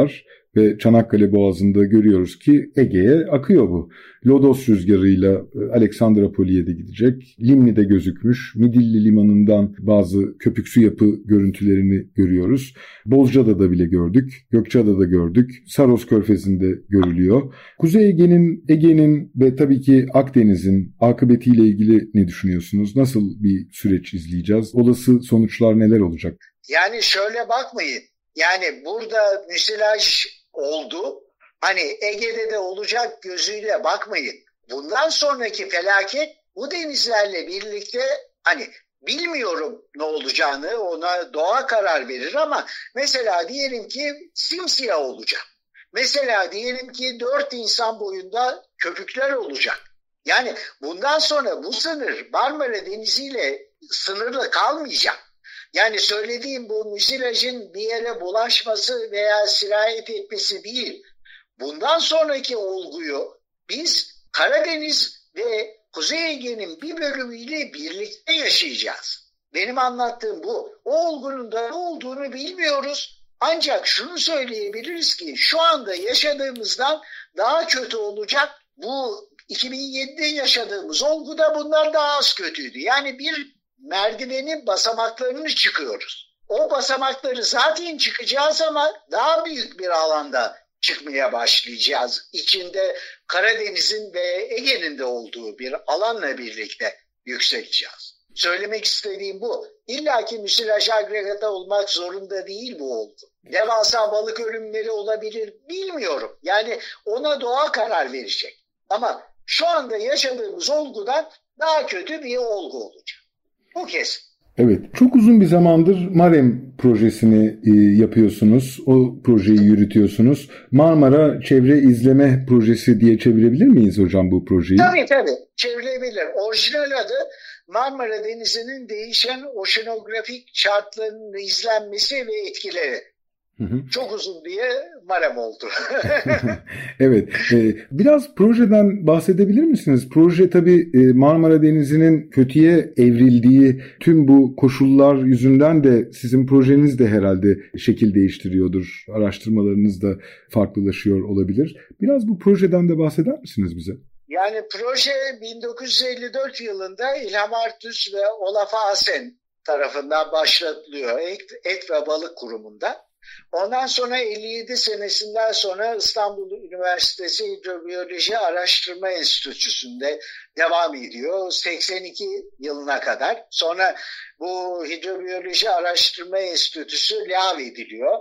ve Çanakkale Boğazı'nda görüyoruz ki Ege'ye akıyor bu. Lodos rüzgarıyla Aleksandropoli'ye de gidecek. Limni'de gözükmüş. Midilli Limanı'ndan bazı köpüksü yapı görüntülerini görüyoruz. Bozcaada'da bile gördük. Gökçeada'da gördük. Saros Körfezi'nde görülüyor. Kuzey Ege'nin, Ege'nin ve tabii ki Akdeniz'in akıbetiyle ilgili ne düşünüyorsunuz? Nasıl bir süreç izleyeceğiz? Olası sonuçlar neler olacak? Yani şöyle bakmayın. Yani burada müsilaj oldu. Hani Ege'de de olacak gözüyle bakmayın. Bundan sonraki felaket bu denizlerle birlikte, hani bilmiyorum ne olacağını, ona doğa karar verir ama mesela diyelim ki simsiyah olacak. Mesela diyelim ki dört insan boyunda köpükler olacak. Yani bundan sonra bu sınır Marmara Denizi ile sınırlı kalmayacak. Yani söylediğim bu müsilajın bir yere bulaşması veya sirayet etmesi değil. Bundan sonraki olguyu biz Karadeniz ve Kuzey Ege'nin bir bölümüyle birlikte yaşayacağız. Benim anlattığım bu. O olgunun da ne olduğunu bilmiyoruz. Ancak şunu söyleyebiliriz ki şu anda yaşadığımızdan daha kötü olacak. Bu iki bin yedide yaşadığımız olguda bunlar daha az kötüydü. Yani bir merdivenin basamaklarını çıkıyoruz. O basamakları zaten çıkacağız ama daha büyük bir alanda çıkmaya başlayacağız. İçinde Karadeniz'in ve Ege'nin de olduğu bir alanla birlikte yükseleceğiz. Söylemek istediğim bu. İlla ki müsilaj agregata olmak zorunda değil bu olgu. Devasa balık ölümleri olabilir, bilmiyorum. Yani ona doğa karar verecek. Ama şu anda yaşadığımız olgudan daha kötü bir olgu olacak. Bu kesin. Evet, çok uzun bir zamandır MAREM projesini e, yapıyorsunuz, o projeyi yürütüyorsunuz. Marmara Çevre İzleme Projesi diye çevirebilir miyiz hocam bu projeyi? Tabii tabii, çevrilebilir. Orijinal adı Marmara Denizi'nin değişen oşinografik şartlarının izlenmesi ve etkileri. Hı hı. Çok uzun diye MAREM oldu. Evet. E, biraz projeden bahsedebilir misiniz? Proje tabii e, Marmara Denizi'nin kötüye evrildiği tüm bu koşullar yüzünden de sizin projeniz de herhalde şekil değiştiriyordur. Araştırmalarınız da farklılaşıyor olabilir. Biraz bu projeden de bahseder misiniz bize? Yani proje bin dokuz yüz elli dört yılında İlham Artüs ve Olaf Asen tarafından başlatılıyor Et, Et ve Balık Kurumu'nda. Ondan sonra elli yedi senesinden sonra İstanbul Üniversitesi Hidrobiyoloji Araştırma Enstitüsü'nde devam ediyor. seksen iki yılına kadar. Sonra bu Hidrobiyoloji Araştırma Enstitüsü lağvediliyor.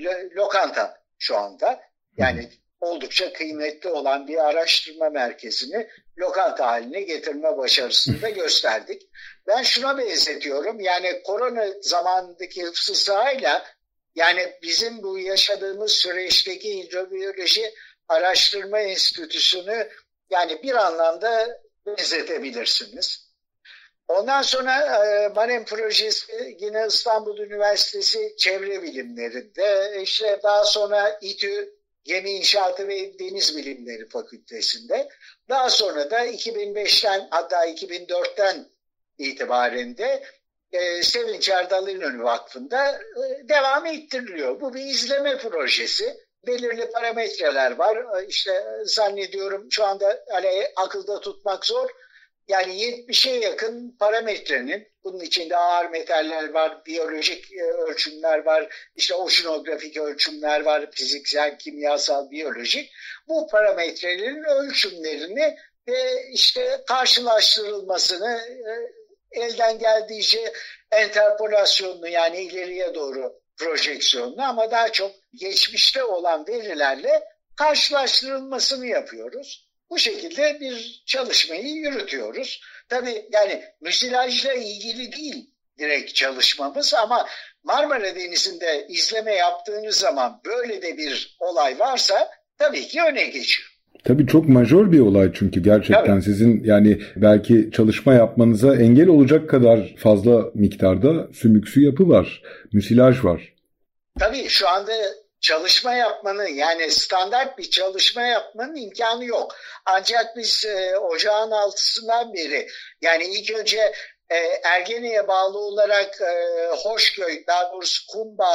Lokanta şu anda. Yani oldukça kıymetli olan bir araştırma merkezini lokanta haline getirme başarısını da gösterdik. Ben şuna benzetiyorum. Yani korona zamanındaki hıfzı sahayla, yani bizim bu yaşadığımız süreçteki hidrobiyoloji araştırma enstitüsünü yani bir anlamda benzetebilirsiniz. Ondan sonra e, MAREM projesi yine İstanbul Üniversitesi Çevre Bilimleri'nde, işte daha sonra İTÜ Gemi İnşaatı ve Deniz Bilimleri Fakültesi'nde, daha sonra da iki bin beşten hatta iki bin dörtten itibaren de E, Sevinç Erdal İnönü Vakfı'nda e, devam ettiriliyor. Bu bir izleme projesi. Belirli parametreler var. İşte zannediyorum şu anda hani akılda tutmak zor. Yani yetmişe yakın parametrenin, bunun içinde ağır metaller var, biyolojik e, ölçümler var, işte oşinografik ölçümler var, fiziksel, kimyasal, biyolojik. Bu parametrelerin ölçümlerini ve işte karşılaştırılmasını e, elden geldiğince enterpolasyonlu, yani ileriye doğru projeksiyonlu ama daha çok geçmişte olan verilerle karşılaştırılmasını yapıyoruz. Bu şekilde bir çalışmayı yürütüyoruz. Tabii yani müsilajla ilgili değil direkt çalışmamız ama Marmara Denizi'nde izleme yaptığınız zaman böyle de bir olay varsa tabii ki öne geçiyor. Tabii çok majör bir olay çünkü gerçekten Tabii. sizin yani belki çalışma yapmanıza engel olacak kadar fazla miktarda sümüksü yapı var, müsilaj var. Tabii şu anda çalışma yapmanın, yani standart bir çalışma yapmanın imkanı yok. Ancak biz e, ocağın altısından beri, yani ilk önce e, Ergene'ye bağlı olarak e, Hoşköy, daha doğrusu Kumba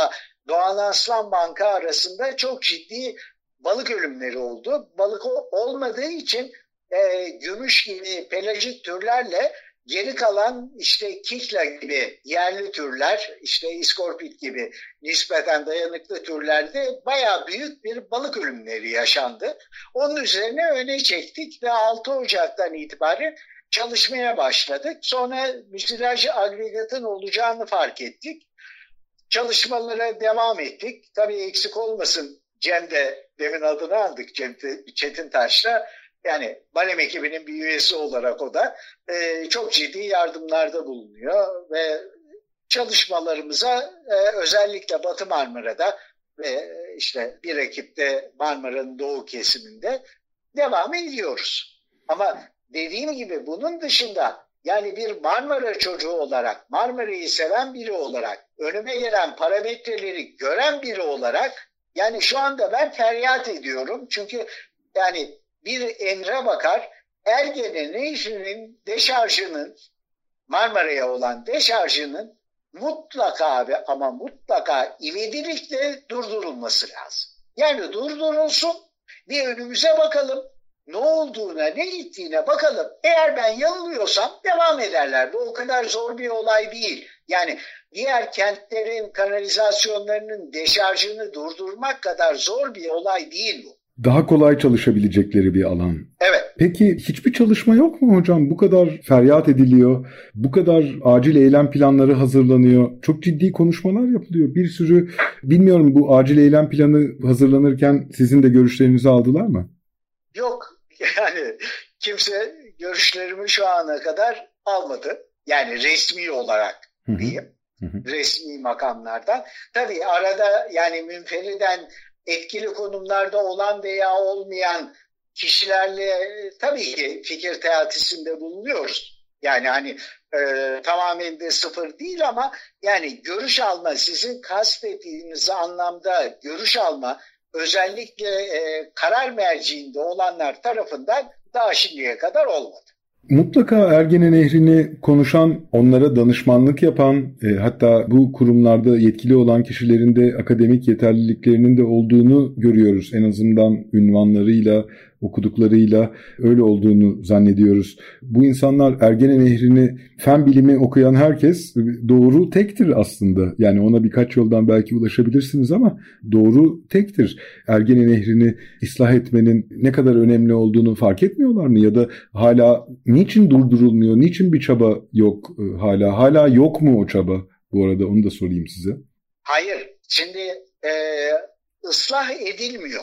Doğan Aslan Banka arasında çok ciddi balık ölümleri oldu. Balık olmadığı için e, gümüş gibi pelajik türlerle geri kalan işte kikla gibi yerli türler, işte iskorpit gibi nispeten dayanıklı türlerde bayağı büyük bir balık ölümleri yaşandı. Onun üzerine öne çektik ve altı Ocak'tan itibaren çalışmaya başladık. Sonra müsilaj agregatın olacağını fark ettik. Çalışmalara devam ettik. Tabii eksik olmasın, Cem de demin adını aldık, Cem Çetintaş'la. Yani Balem ekibinin bir üyesi olarak o da e, çok ciddi yardımlarda bulunuyor ve çalışmalarımıza e, özellikle Batı Marmara'da ve işte bir ekipte Marmara'nın doğu kesiminde devam ediyoruz. Ama dediğim gibi bunun dışında yani bir Marmara çocuğu olarak, Marmara'yı seven biri olarak, önüme gelen parametreleri gören biri olarak yani şu anda ben feryat ediyorum. Çünkü yani bir emre bakar, Ergene Nehri'nin deşarjının, Marmara'ya olan deşarjının mutlaka ve ama mutlaka ivedilikle durdurulması lazım. Yani durdurulsun, bir önümüze bakalım, ne olduğuna, ne gittiğine bakalım. Eğer ben yanılıyorsam devam ederler. Bu o kadar zor bir olay değil. Yani diğer kentlerin kanalizasyonlarının deşarjını durdurmak kadar zor bir olay değil bu. Daha kolay çalışabilecekleri bir alan. Evet. Peki hiçbir çalışma yok mu hocam? Bu kadar feryat ediliyor, bu kadar acil eylem planları hazırlanıyor, çok ciddi konuşmalar yapılıyor. Bir sürü, bilmiyorum bu acil eylem planı hazırlanırken sizin de görüşlerinizi aldılar mı? Yok. Yani kimse görüşlerimi şu ana kadar almadı. Yani resmi olarak diyeyim. Hı hı. Resmi makamlardan. Tabii arada yani münferiden etkili konumlarda olan veya olmayan kişilerle tabii ki fikir teatisinde bulunuyoruz. Yani hani e, tamamen de sıfır değil ama yani görüş alma, sizin kastettiğiniz anlamda görüş alma özellikle e, karar merciinde olanlar tarafından daha şimdiye kadar olmadı. Mutlaka Ergene Nehri'ni konuşan, onlara danışmanlık yapan, e, hatta bu kurumlarda yetkili olan kişilerin de akademik yeterliliklerinin de olduğunu görüyoruz. En azından ünvanlarıyla, okuduklarıyla öyle olduğunu zannediyoruz. Bu insanlar Ergene Nehri'ni, fen bilimi okuyan herkes doğru tektir aslında. Yani ona birkaç yoldan belki ulaşabilirsiniz ama doğru tektir. Ergene Nehri'ni ıslah etmenin ne kadar önemli olduğunu fark etmiyorlar mı? Ya da hala niçin durdurulmuyor? Niçin bir çaba yok hala? Hala yok mu o çaba? Bu arada onu da sorayım size. Hayır. Şimdi e, ıslah edilmiyor.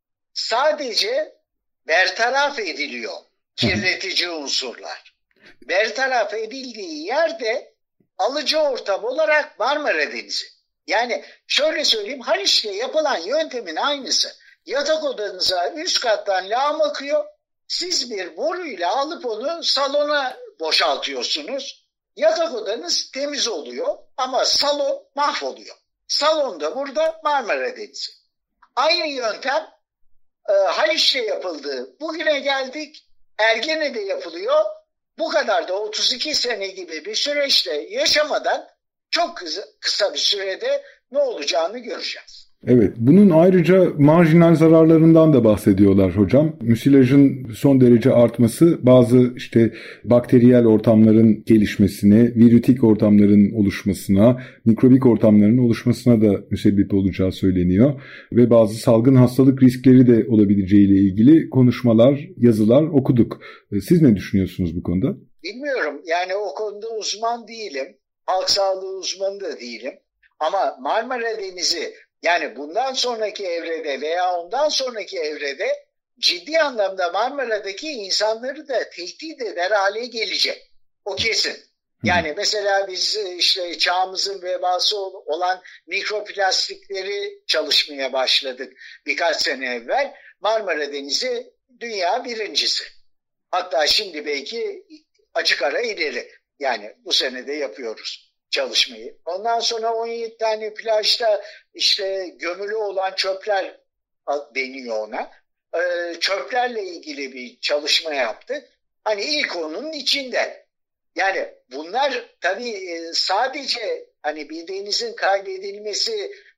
Sadece bertaraf ediliyor kirletici unsurlar. Bertaraf edildiği yerde alıcı ortam olarak Marmara Denizi. Yani şöyle söyleyeyim, Haliç'te yapılan yöntemin aynısı. Yatak odanıza üst kattan lağım akıyor. Siz bir boruyla alıp onu salona boşaltıyorsunuz. Yatak odanız temiz oluyor ama salon mahvoluyor. Salonda burada Marmara Denizi. Aynı yöntem e, Haliç'te yapıldı. Bugüne geldik. Ergene'de yapılıyor. Bu kadar da otuz iki sene gibi bir süreçte yaşamadan çok kısa, kısa bir sürede ne olacağını göreceğiz. Evet, bunun ayrıca marjinal zararlarından da bahsediyorlar hocam. Müsilajın son derece artması bazı işte bakteriyel ortamların gelişmesine, virütik ortamların oluşmasına, mikrobik ortamların oluşmasına da müsebbip olacağı söyleniyor. Ve bazı salgın hastalık riskleri de olabileceğiyle ilgili konuşmalar, yazılar okuduk. Siz ne düşünüyorsunuz bu konuda? Bilmiyorum, yani o konuda uzman değilim. Halk sağlığı uzmanı da değilim. Ama Marmara Denizi, yani bundan sonraki evrede veya ondan sonraki evrede ciddi anlamda Marmara'daki insanları da tehdit eder hale gelecek. O kesin. Yani mesela biz işte çağımızın vebası olan mikroplastikleri çalışmaya başladık birkaç sene evvel. Marmara Denizi dünya birincisi. Hatta şimdi belki açık ara ileri. Yani bu sene de yapıyoruz çalışmayı. Ondan sonra on yedi tane plajda işte gömülü olan çöpler deniyor ona. Ee, çöplerle ilgili bir çalışma yaptık. Hani ilk onun içinde. Yani bunlar tabii sadece hani bir denizin kaybedilmesi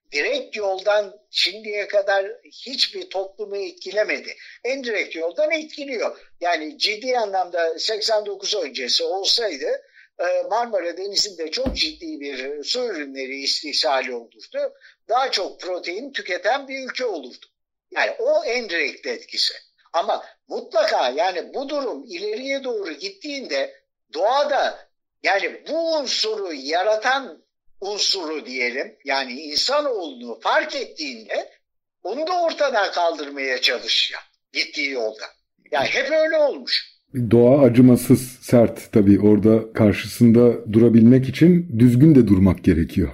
direkt yoldan şimdiye kadar hiçbir toplumu etkilemedi. Endirekt yoldan etkiliyor. Yani ciddi anlamda seksen dokuz öncesi olsaydı Marmara Denizi'nde çok ciddi bir su ürünleri istihsali olurdu. Daha çok protein tüketen bir ülke olurdu. Yani o endirekt etkisi. Ama mutlaka yani bu durum ileriye doğru gittiğinde doğada yani bu unsuru yaratan unsuru diyelim yani insanoğlunu fark ettiğinde onu da ortadan kaldırmaya çalışıyor gittiği yolda. Yani hep öyle olmuş. Doğa acımasız, sert tabii. Orada karşısında durabilmek için düzgün de durmak gerekiyor.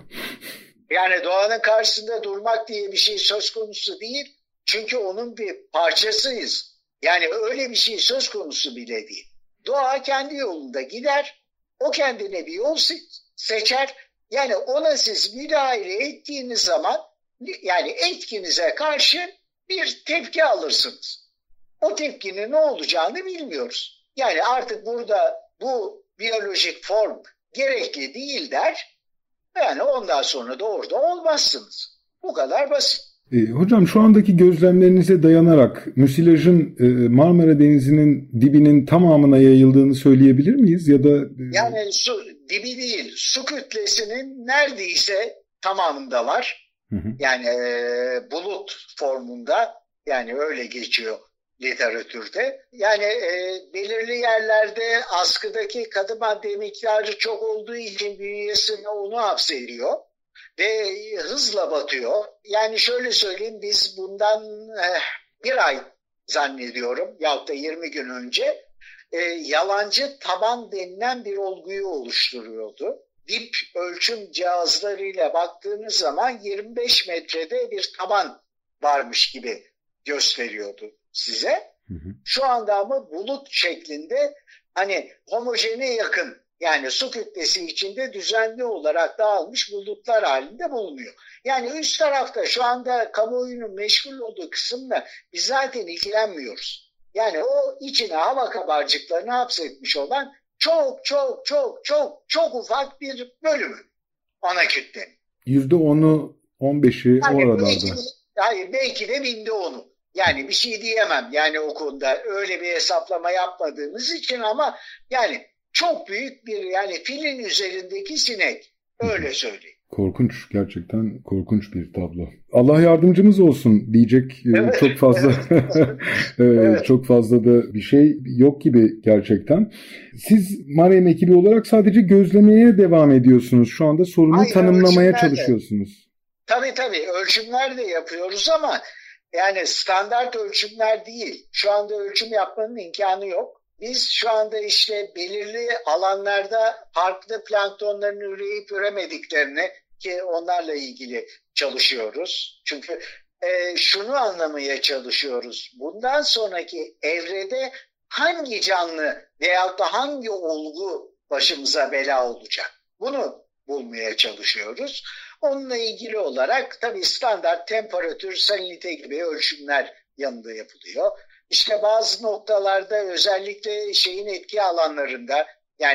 Yani doğanın karşısında durmak diye bir şey söz konusu değil. Çünkü onun bir parçasıyız. Yani öyle bir şey söz konusu bile değil. Doğa kendi yolunda gider. O kendine bir yol seçer. Yani ona siz müdahale ettiğiniz zaman yani etkinize karşı bir tepki alırsınız. O tepkinin ne olacağını bilmiyoruz. Yani artık burada bu biyolojik form gerekli değil der. Yani ondan sonra da orada olmazsınız. Bu kadar basit. E, hocam şu andaki gözlemlerinize dayanarak müsilajın e, Marmara Denizi'nin dibinin tamamına yayıldığını söyleyebilir miyiz? Ya da e... Yani su dibi değil, su kütlesinin neredeyse tamamında var. Hı hı. Yani e, bulut formunda yani öyle geçiyor literatürde. Yani e, belirli yerlerde askıdaki katı madde miktarı çok olduğu için bünyesine onu hapsediyor ve hızla batıyor. Yani şöyle söyleyeyim, biz bundan eh, bir ay zannediyorum yahut da yirmi gün önce e, yalancı taban denilen bir olguyu oluşturuyordu. Dip ölçüm cihazlarıyla baktığınız zaman yirmi beş metrede bir taban varmış gibi gösteriyordu size. Hı hı. Şu anda ama bulut şeklinde hani homojene yakın yani su kütlesi içinde düzenli olarak dağılmış bulutlar halinde bulunuyor. Yani üst tarafta şu anda kamuoyunun meşgul olduğu kısımla biz zaten ilgilenmiyoruz. Yani o içine hava kabarcıklarını hapsetmiş olan çok çok çok çok çok ufak bir bölümü ana kütlenin. yüzde onu on beşi yani oralarda. Belki, hayır, belki de binde onu. Yani bir şey diyemem yani o konuda öyle bir hesaplama yapmadığımız için ama yani çok büyük bir yani filin üzerindeki sinek öyle söyleyeyim. Korkunç, gerçekten korkunç bir tablo. Allah yardımcımız olsun diyecek evet, çok fazla evet. evet. çok fazla da bir şey yok gibi gerçekten. Siz Marem ekibi olarak sadece gözlemeye devam ediyorsunuz. Şu anda sorunu Hayır, tanımlamaya çalışıyorsunuz. De. Tabii tabii ölçümler de yapıyoruz ama yani standart ölçümler değil. Şu anda ölçüm yapmanın imkanı yok. Biz şu anda işte belirli alanlarda farklı planktonların üreyip üremediklerini ki onlarla ilgili çalışıyoruz. Çünkü e, şunu anlamaya çalışıyoruz. Bundan sonraki evrede hangi canlı veyahut da hangi olgu başımıza bela olacak? Bunu bulmaya çalışıyoruz. Onunla ilgili olarak tabii standart temperatur, salinite gibi ölçümler yanında yapılıyor. İşte bazı noktalarda özellikle şeyin etki alanlarında yani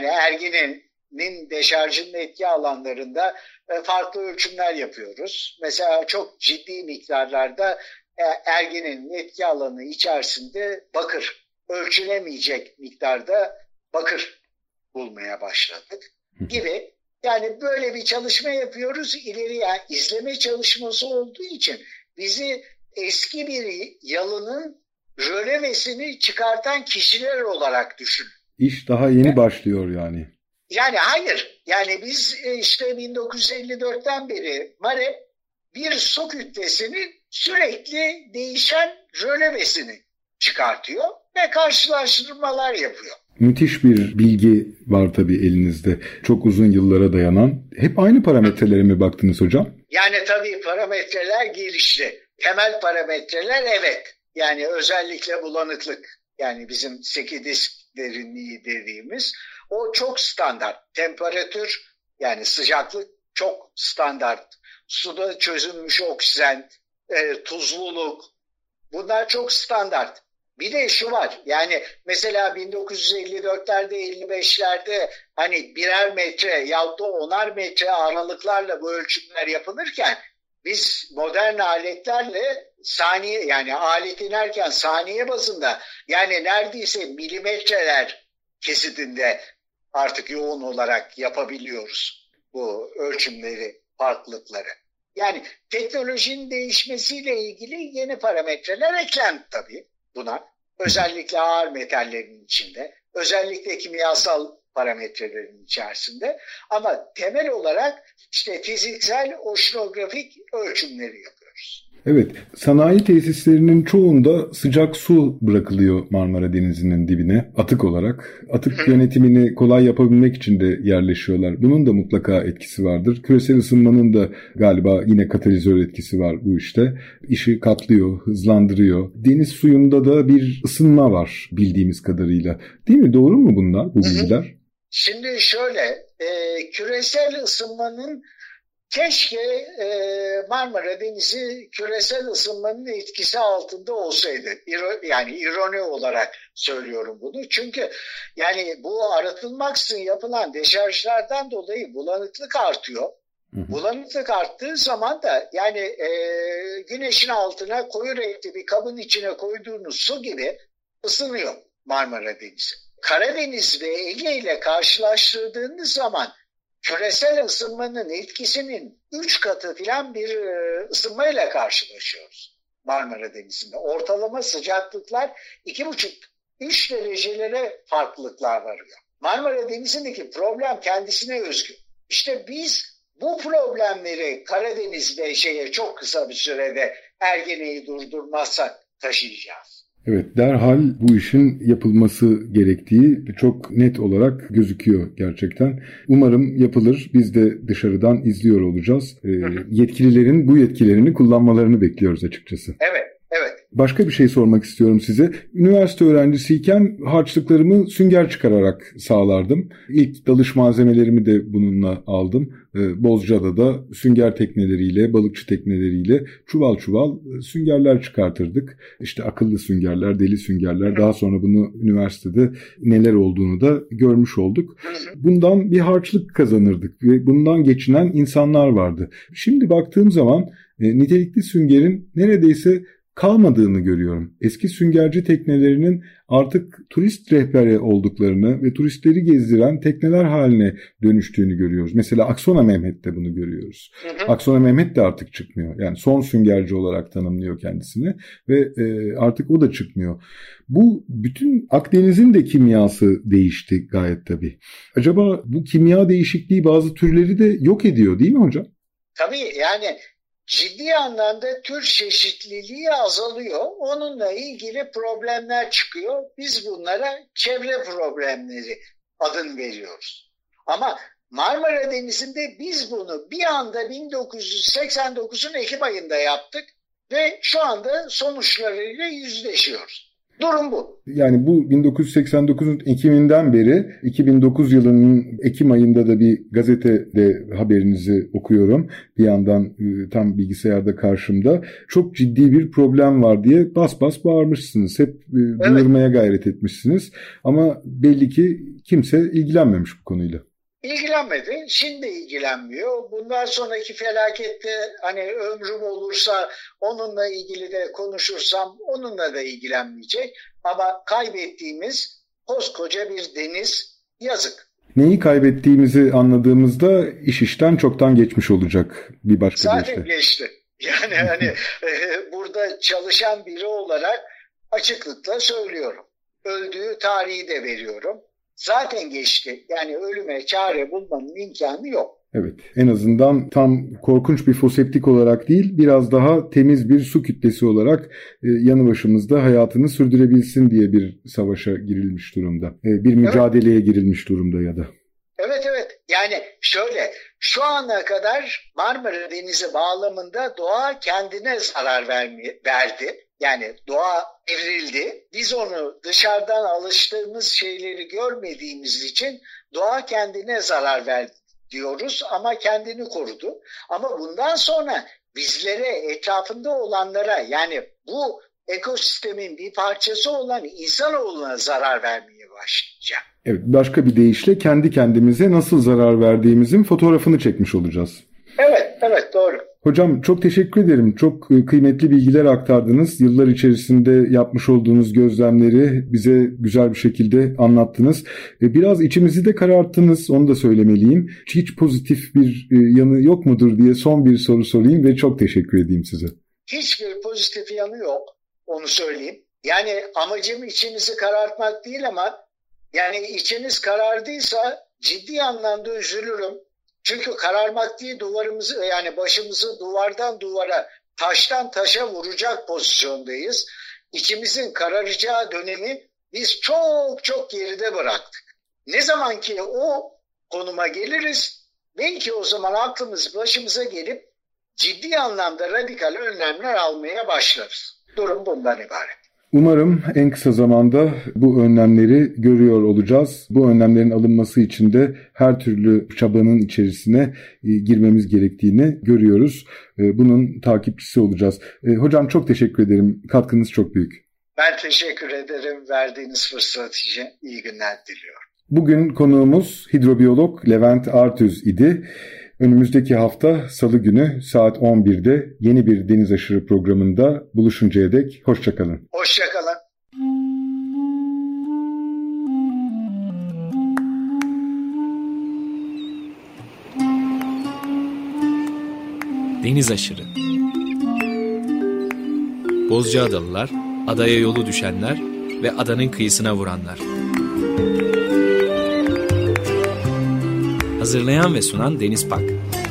erginin deşarjının etki alanlarında farklı ölçümler yapıyoruz. Mesela çok ciddi miktarlarda erginin etki alanı içerisinde bakır, ölçülemeyecek miktarda bakır bulmaya başladık gibi. Yani böyle bir çalışma yapıyoruz. İleri yani izleme çalışması olduğu için bizi eski bir yalının rölevesini çıkartan kişiler olarak düşün. İş daha yeni başlıyor yani. Yani hayır. Yani biz işte bin dokuz yüz elli dörtten beri Marem bir su kütlesinin sürekli değişen rölevesini çıkartıyor ve karşılaştırmalar yapıyor. Müthiş bir bilgi var tabii elinizde. Çok uzun yıllara dayanan. Hep aynı parametrelere mi baktınız hocam? Yani tabii parametreler gelişti. Temel parametreler evet. Yani özellikle bulanıklık. Yani bizim sekiz disk derinliği dediğimiz o çok standart. Temperatür yani sıcaklık çok standart. Suda çözülmüş oksijen, e, tuzluluk bunlar çok standart. Bir de şu var yani mesela bin dokuz yüz elli dörtlerde elli beşlerde hani birer metre yahut da onar metre aralıklarla bu ölçümler yapılırken biz modern aletlerle saniye, yani alet inerken saniye bazında, yani neredeyse milimetreler kesidinde artık yoğun olarak yapabiliyoruz bu ölçümleri, farklılıkları. Yani teknolojinin değişmesiyle ilgili yeni parametreler eklendi tabii buna. Özellikle ağır metallerin içinde, özellikle kimyasal parametrelerin içerisinde. Ama temel olarak işte fiziksel, oşinografik ölçümleri yapıyoruz. Evet, sanayi tesislerinin çoğunda sıcak su bırakılıyor Marmara Denizi'nin dibine atık olarak. Atık yönetimini kolay yapabilmek için de yerleşiyorlar. Bunun da mutlaka etkisi vardır. Küresel ısınmanın da galiba yine katalizör etkisi var bu işte. İşi katlıyor, hızlandırıyor. Deniz suyunda da bir ısınma var bildiğimiz kadarıyla. Değil mi? Doğru mu bunlar, bu bilgiler? Şimdi şöyle, e, küresel ısınmanın keşke e, Marmara Denizi küresel ısınmanın etkisi altında olsaydı. İro, yani ironi olarak söylüyorum bunu. Çünkü yani bu aratılmaksızın yapılan deşarjlardan dolayı bulanıklık artıyor. Hı hı. Bulanıklık arttığı zaman da yani e, güneşin altına koyu renkli bir kabın içine koyduğunuz su gibi ısınıyor Marmara Denizi. Karadeniz ve Ege ile karşılaştırdığınız zaman küresel ısınmanın etkisinin üç katı falan bir ısınmayla karşılaşıyoruz Marmara Denizi'nde. Ortalama sıcaklıklar iki buçuk üç derecelere farklılıklar varıyor. Marmara Denizi'ndeki problem kendisine özgü. İşte biz bu problemleri Karadeniz'de şeye çok kısa bir sürede Ergene'yi durdurmazsak taşıyacağız. Evet, derhal bu işin yapılması gerektiği çok net olarak gözüküyor gerçekten. Umarım yapılır. Biz de dışarıdan izliyor olacağız. Ee, yetkililerin bu yetkilerini kullanmalarını bekliyoruz açıkçası. Evet, evet. Başka bir şey sormak istiyorum size. Üniversite öğrencisiyken harçlıklarımı sünger çıkararak sağlardım. İlk dalış malzemelerimi de bununla aldım. Bozcaada da sünger tekneleriyle, balıkçı tekneleriyle çuval çuval süngerler çıkartırdık. İşte akıllı süngerler, deli süngerler. Daha sonra bunu üniversitede neler olduğunu da görmüş olduk. Bundan bir harçlık kazanırdık ve bundan geçinen insanlar vardı. Şimdi baktığım zaman nitelikli süngerin neredeyse kalmadığını görüyorum. Eski süngerci teknelerinin artık turist rehberi olduklarını ve turistleri gezdiren tekneler haline dönüştüğünü görüyoruz. Mesela Aksona Mehmet'te bunu görüyoruz. Hı hı. Aksona Mehmet de artık çıkmıyor. Yani son süngerci olarak tanımlıyor kendisini ve e, artık o da çıkmıyor. Bu bütün Akdeniz'in de kimyası değişti gayet tabii. Acaba bu kimya değişikliği bazı türleri de yok ediyor değil mi hocam? Tabii yani ciddi anlamda tür çeşitliliği azalıyor. Onunla ilgili problemler çıkıyor. Biz bunlara çevre problemleri adını veriyoruz. Ama Marmara Denizi'nde biz bunu bir anda bin dokuz yüz seksen dokuzun Ekim ayında yaptık ve şu anda sonuçlarıyla yüzleşiyoruz. Durum bu. Yani bu bin dokuz yüz seksen dokuzun Ekim'inden beri iki bin dokuz yılının Ekim ayında da bir gazetede haberinizi okuyorum. Bir yandan tam bilgisayarda karşımda. Çok ciddi bir problem var diye bas bas bağırmışsınız. Hep evet. Duyurmaya gayret etmişsiniz. Ama belli ki kimse ilgilenmemiş bu konuyla. İlgilenmedi. Şimdi ilgilenmiyor. Bundan sonraki felakette hani ömrüm olursa onunla ilgili de konuşursam onunla da ilgilenmeyecek. Ama kaybettiğimiz koskoca bir deniz, yazık. Neyi kaybettiğimizi anladığımızda iş işten çoktan geçmiş olacak bir başka Zaten geçti. geçti. Yani hani e, burada çalışan biri olarak açıklıkla söylüyorum. Öldüğü tarihi de veriyorum. Zaten geçti. Yani ölüme çare bulmanın imkanı yok. Evet, en azından tam korkunç bir foseptik olarak değil, biraz daha temiz bir su kütlesi olarak e, yanı başımızda hayatını sürdürebilsin diye bir savaşa girilmiş durumda. E, bir mücadeleye evet. girilmiş durumda ya da. Evet evet. Yani şöyle, şu ana kadar Marmara Denizi bağlamında doğa kendine zarar vermeye, verdi. Yani doğa evrildi. Biz onu dışarıdan alıştığımız şeyleri görmediğimiz için doğa kendine zarar verdi diyoruz ama kendini korudu. Ama bundan sonra bizlere, etrafında olanlara, yani bu ekosistemin bir parçası olan insanoğluna zarar vermeye başlayacak. Evet, başka bir deyişle kendi kendimize nasıl zarar verdiğimizin fotoğrafını çekmiş olacağız. Evet, evet doğru. Hocam çok teşekkür ederim. Çok kıymetli bilgiler aktardınız. Yıllar içerisinde yapmış olduğunuz gözlemleri bize güzel bir şekilde anlattınız. Biraz içimizi de kararttınız, onu da söylemeliyim. Hiç pozitif bir yanı yok mudur diye son bir soru sorayım ve çok teşekkür edeyim size. Hiçbir pozitif yanı yok, onu söyleyeyim. Yani amacım içinizi karartmak değil ama yani içiniz karardıysa ciddi anlamda üzülürüm. Çünkü kararmak değil, duvarımızı yani başımızı duvardan duvara, taştan taşa vuracak pozisyondayız. İçimizin kararacağı dönemi biz çok çok geride bıraktık. Ne zaman ki o konuma geliriz, belki o zaman aklımız başımıza gelip ciddi anlamda radikal önlemler almaya başlarız. Durum bundan ibaret. Umarım en kısa zamanda bu önlemleri görüyor olacağız. Bu önlemlerin alınması için de her türlü çabanın içerisine girmemiz gerektiğini görüyoruz. Bunun takipçisi olacağız. Hocam çok teşekkür ederim. Katkınız çok büyük. Ben teşekkür ederim. Verdiğiniz fırsat için iyi günler diliyorum. Bugün konuğumuz hidrobiyolog Levent Artüz idi. Önümüzdeki hafta Salı günü saat on birde yeni bir Deniz Aşırı programında buluşuncaya dek hoşçakalın. Hoşçakalın. Deniz Aşırı. Bozcaadalılar, adaya yolu düşenler ve adanın kıyısına vuranlar. Hazırlayan ve sunan Deniz Pak.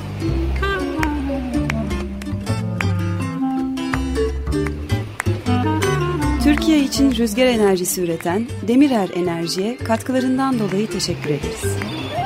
Türkiye için rüzgar enerjisi üreten Demirer Enerji'ye katkılarından dolayı teşekkür ederiz.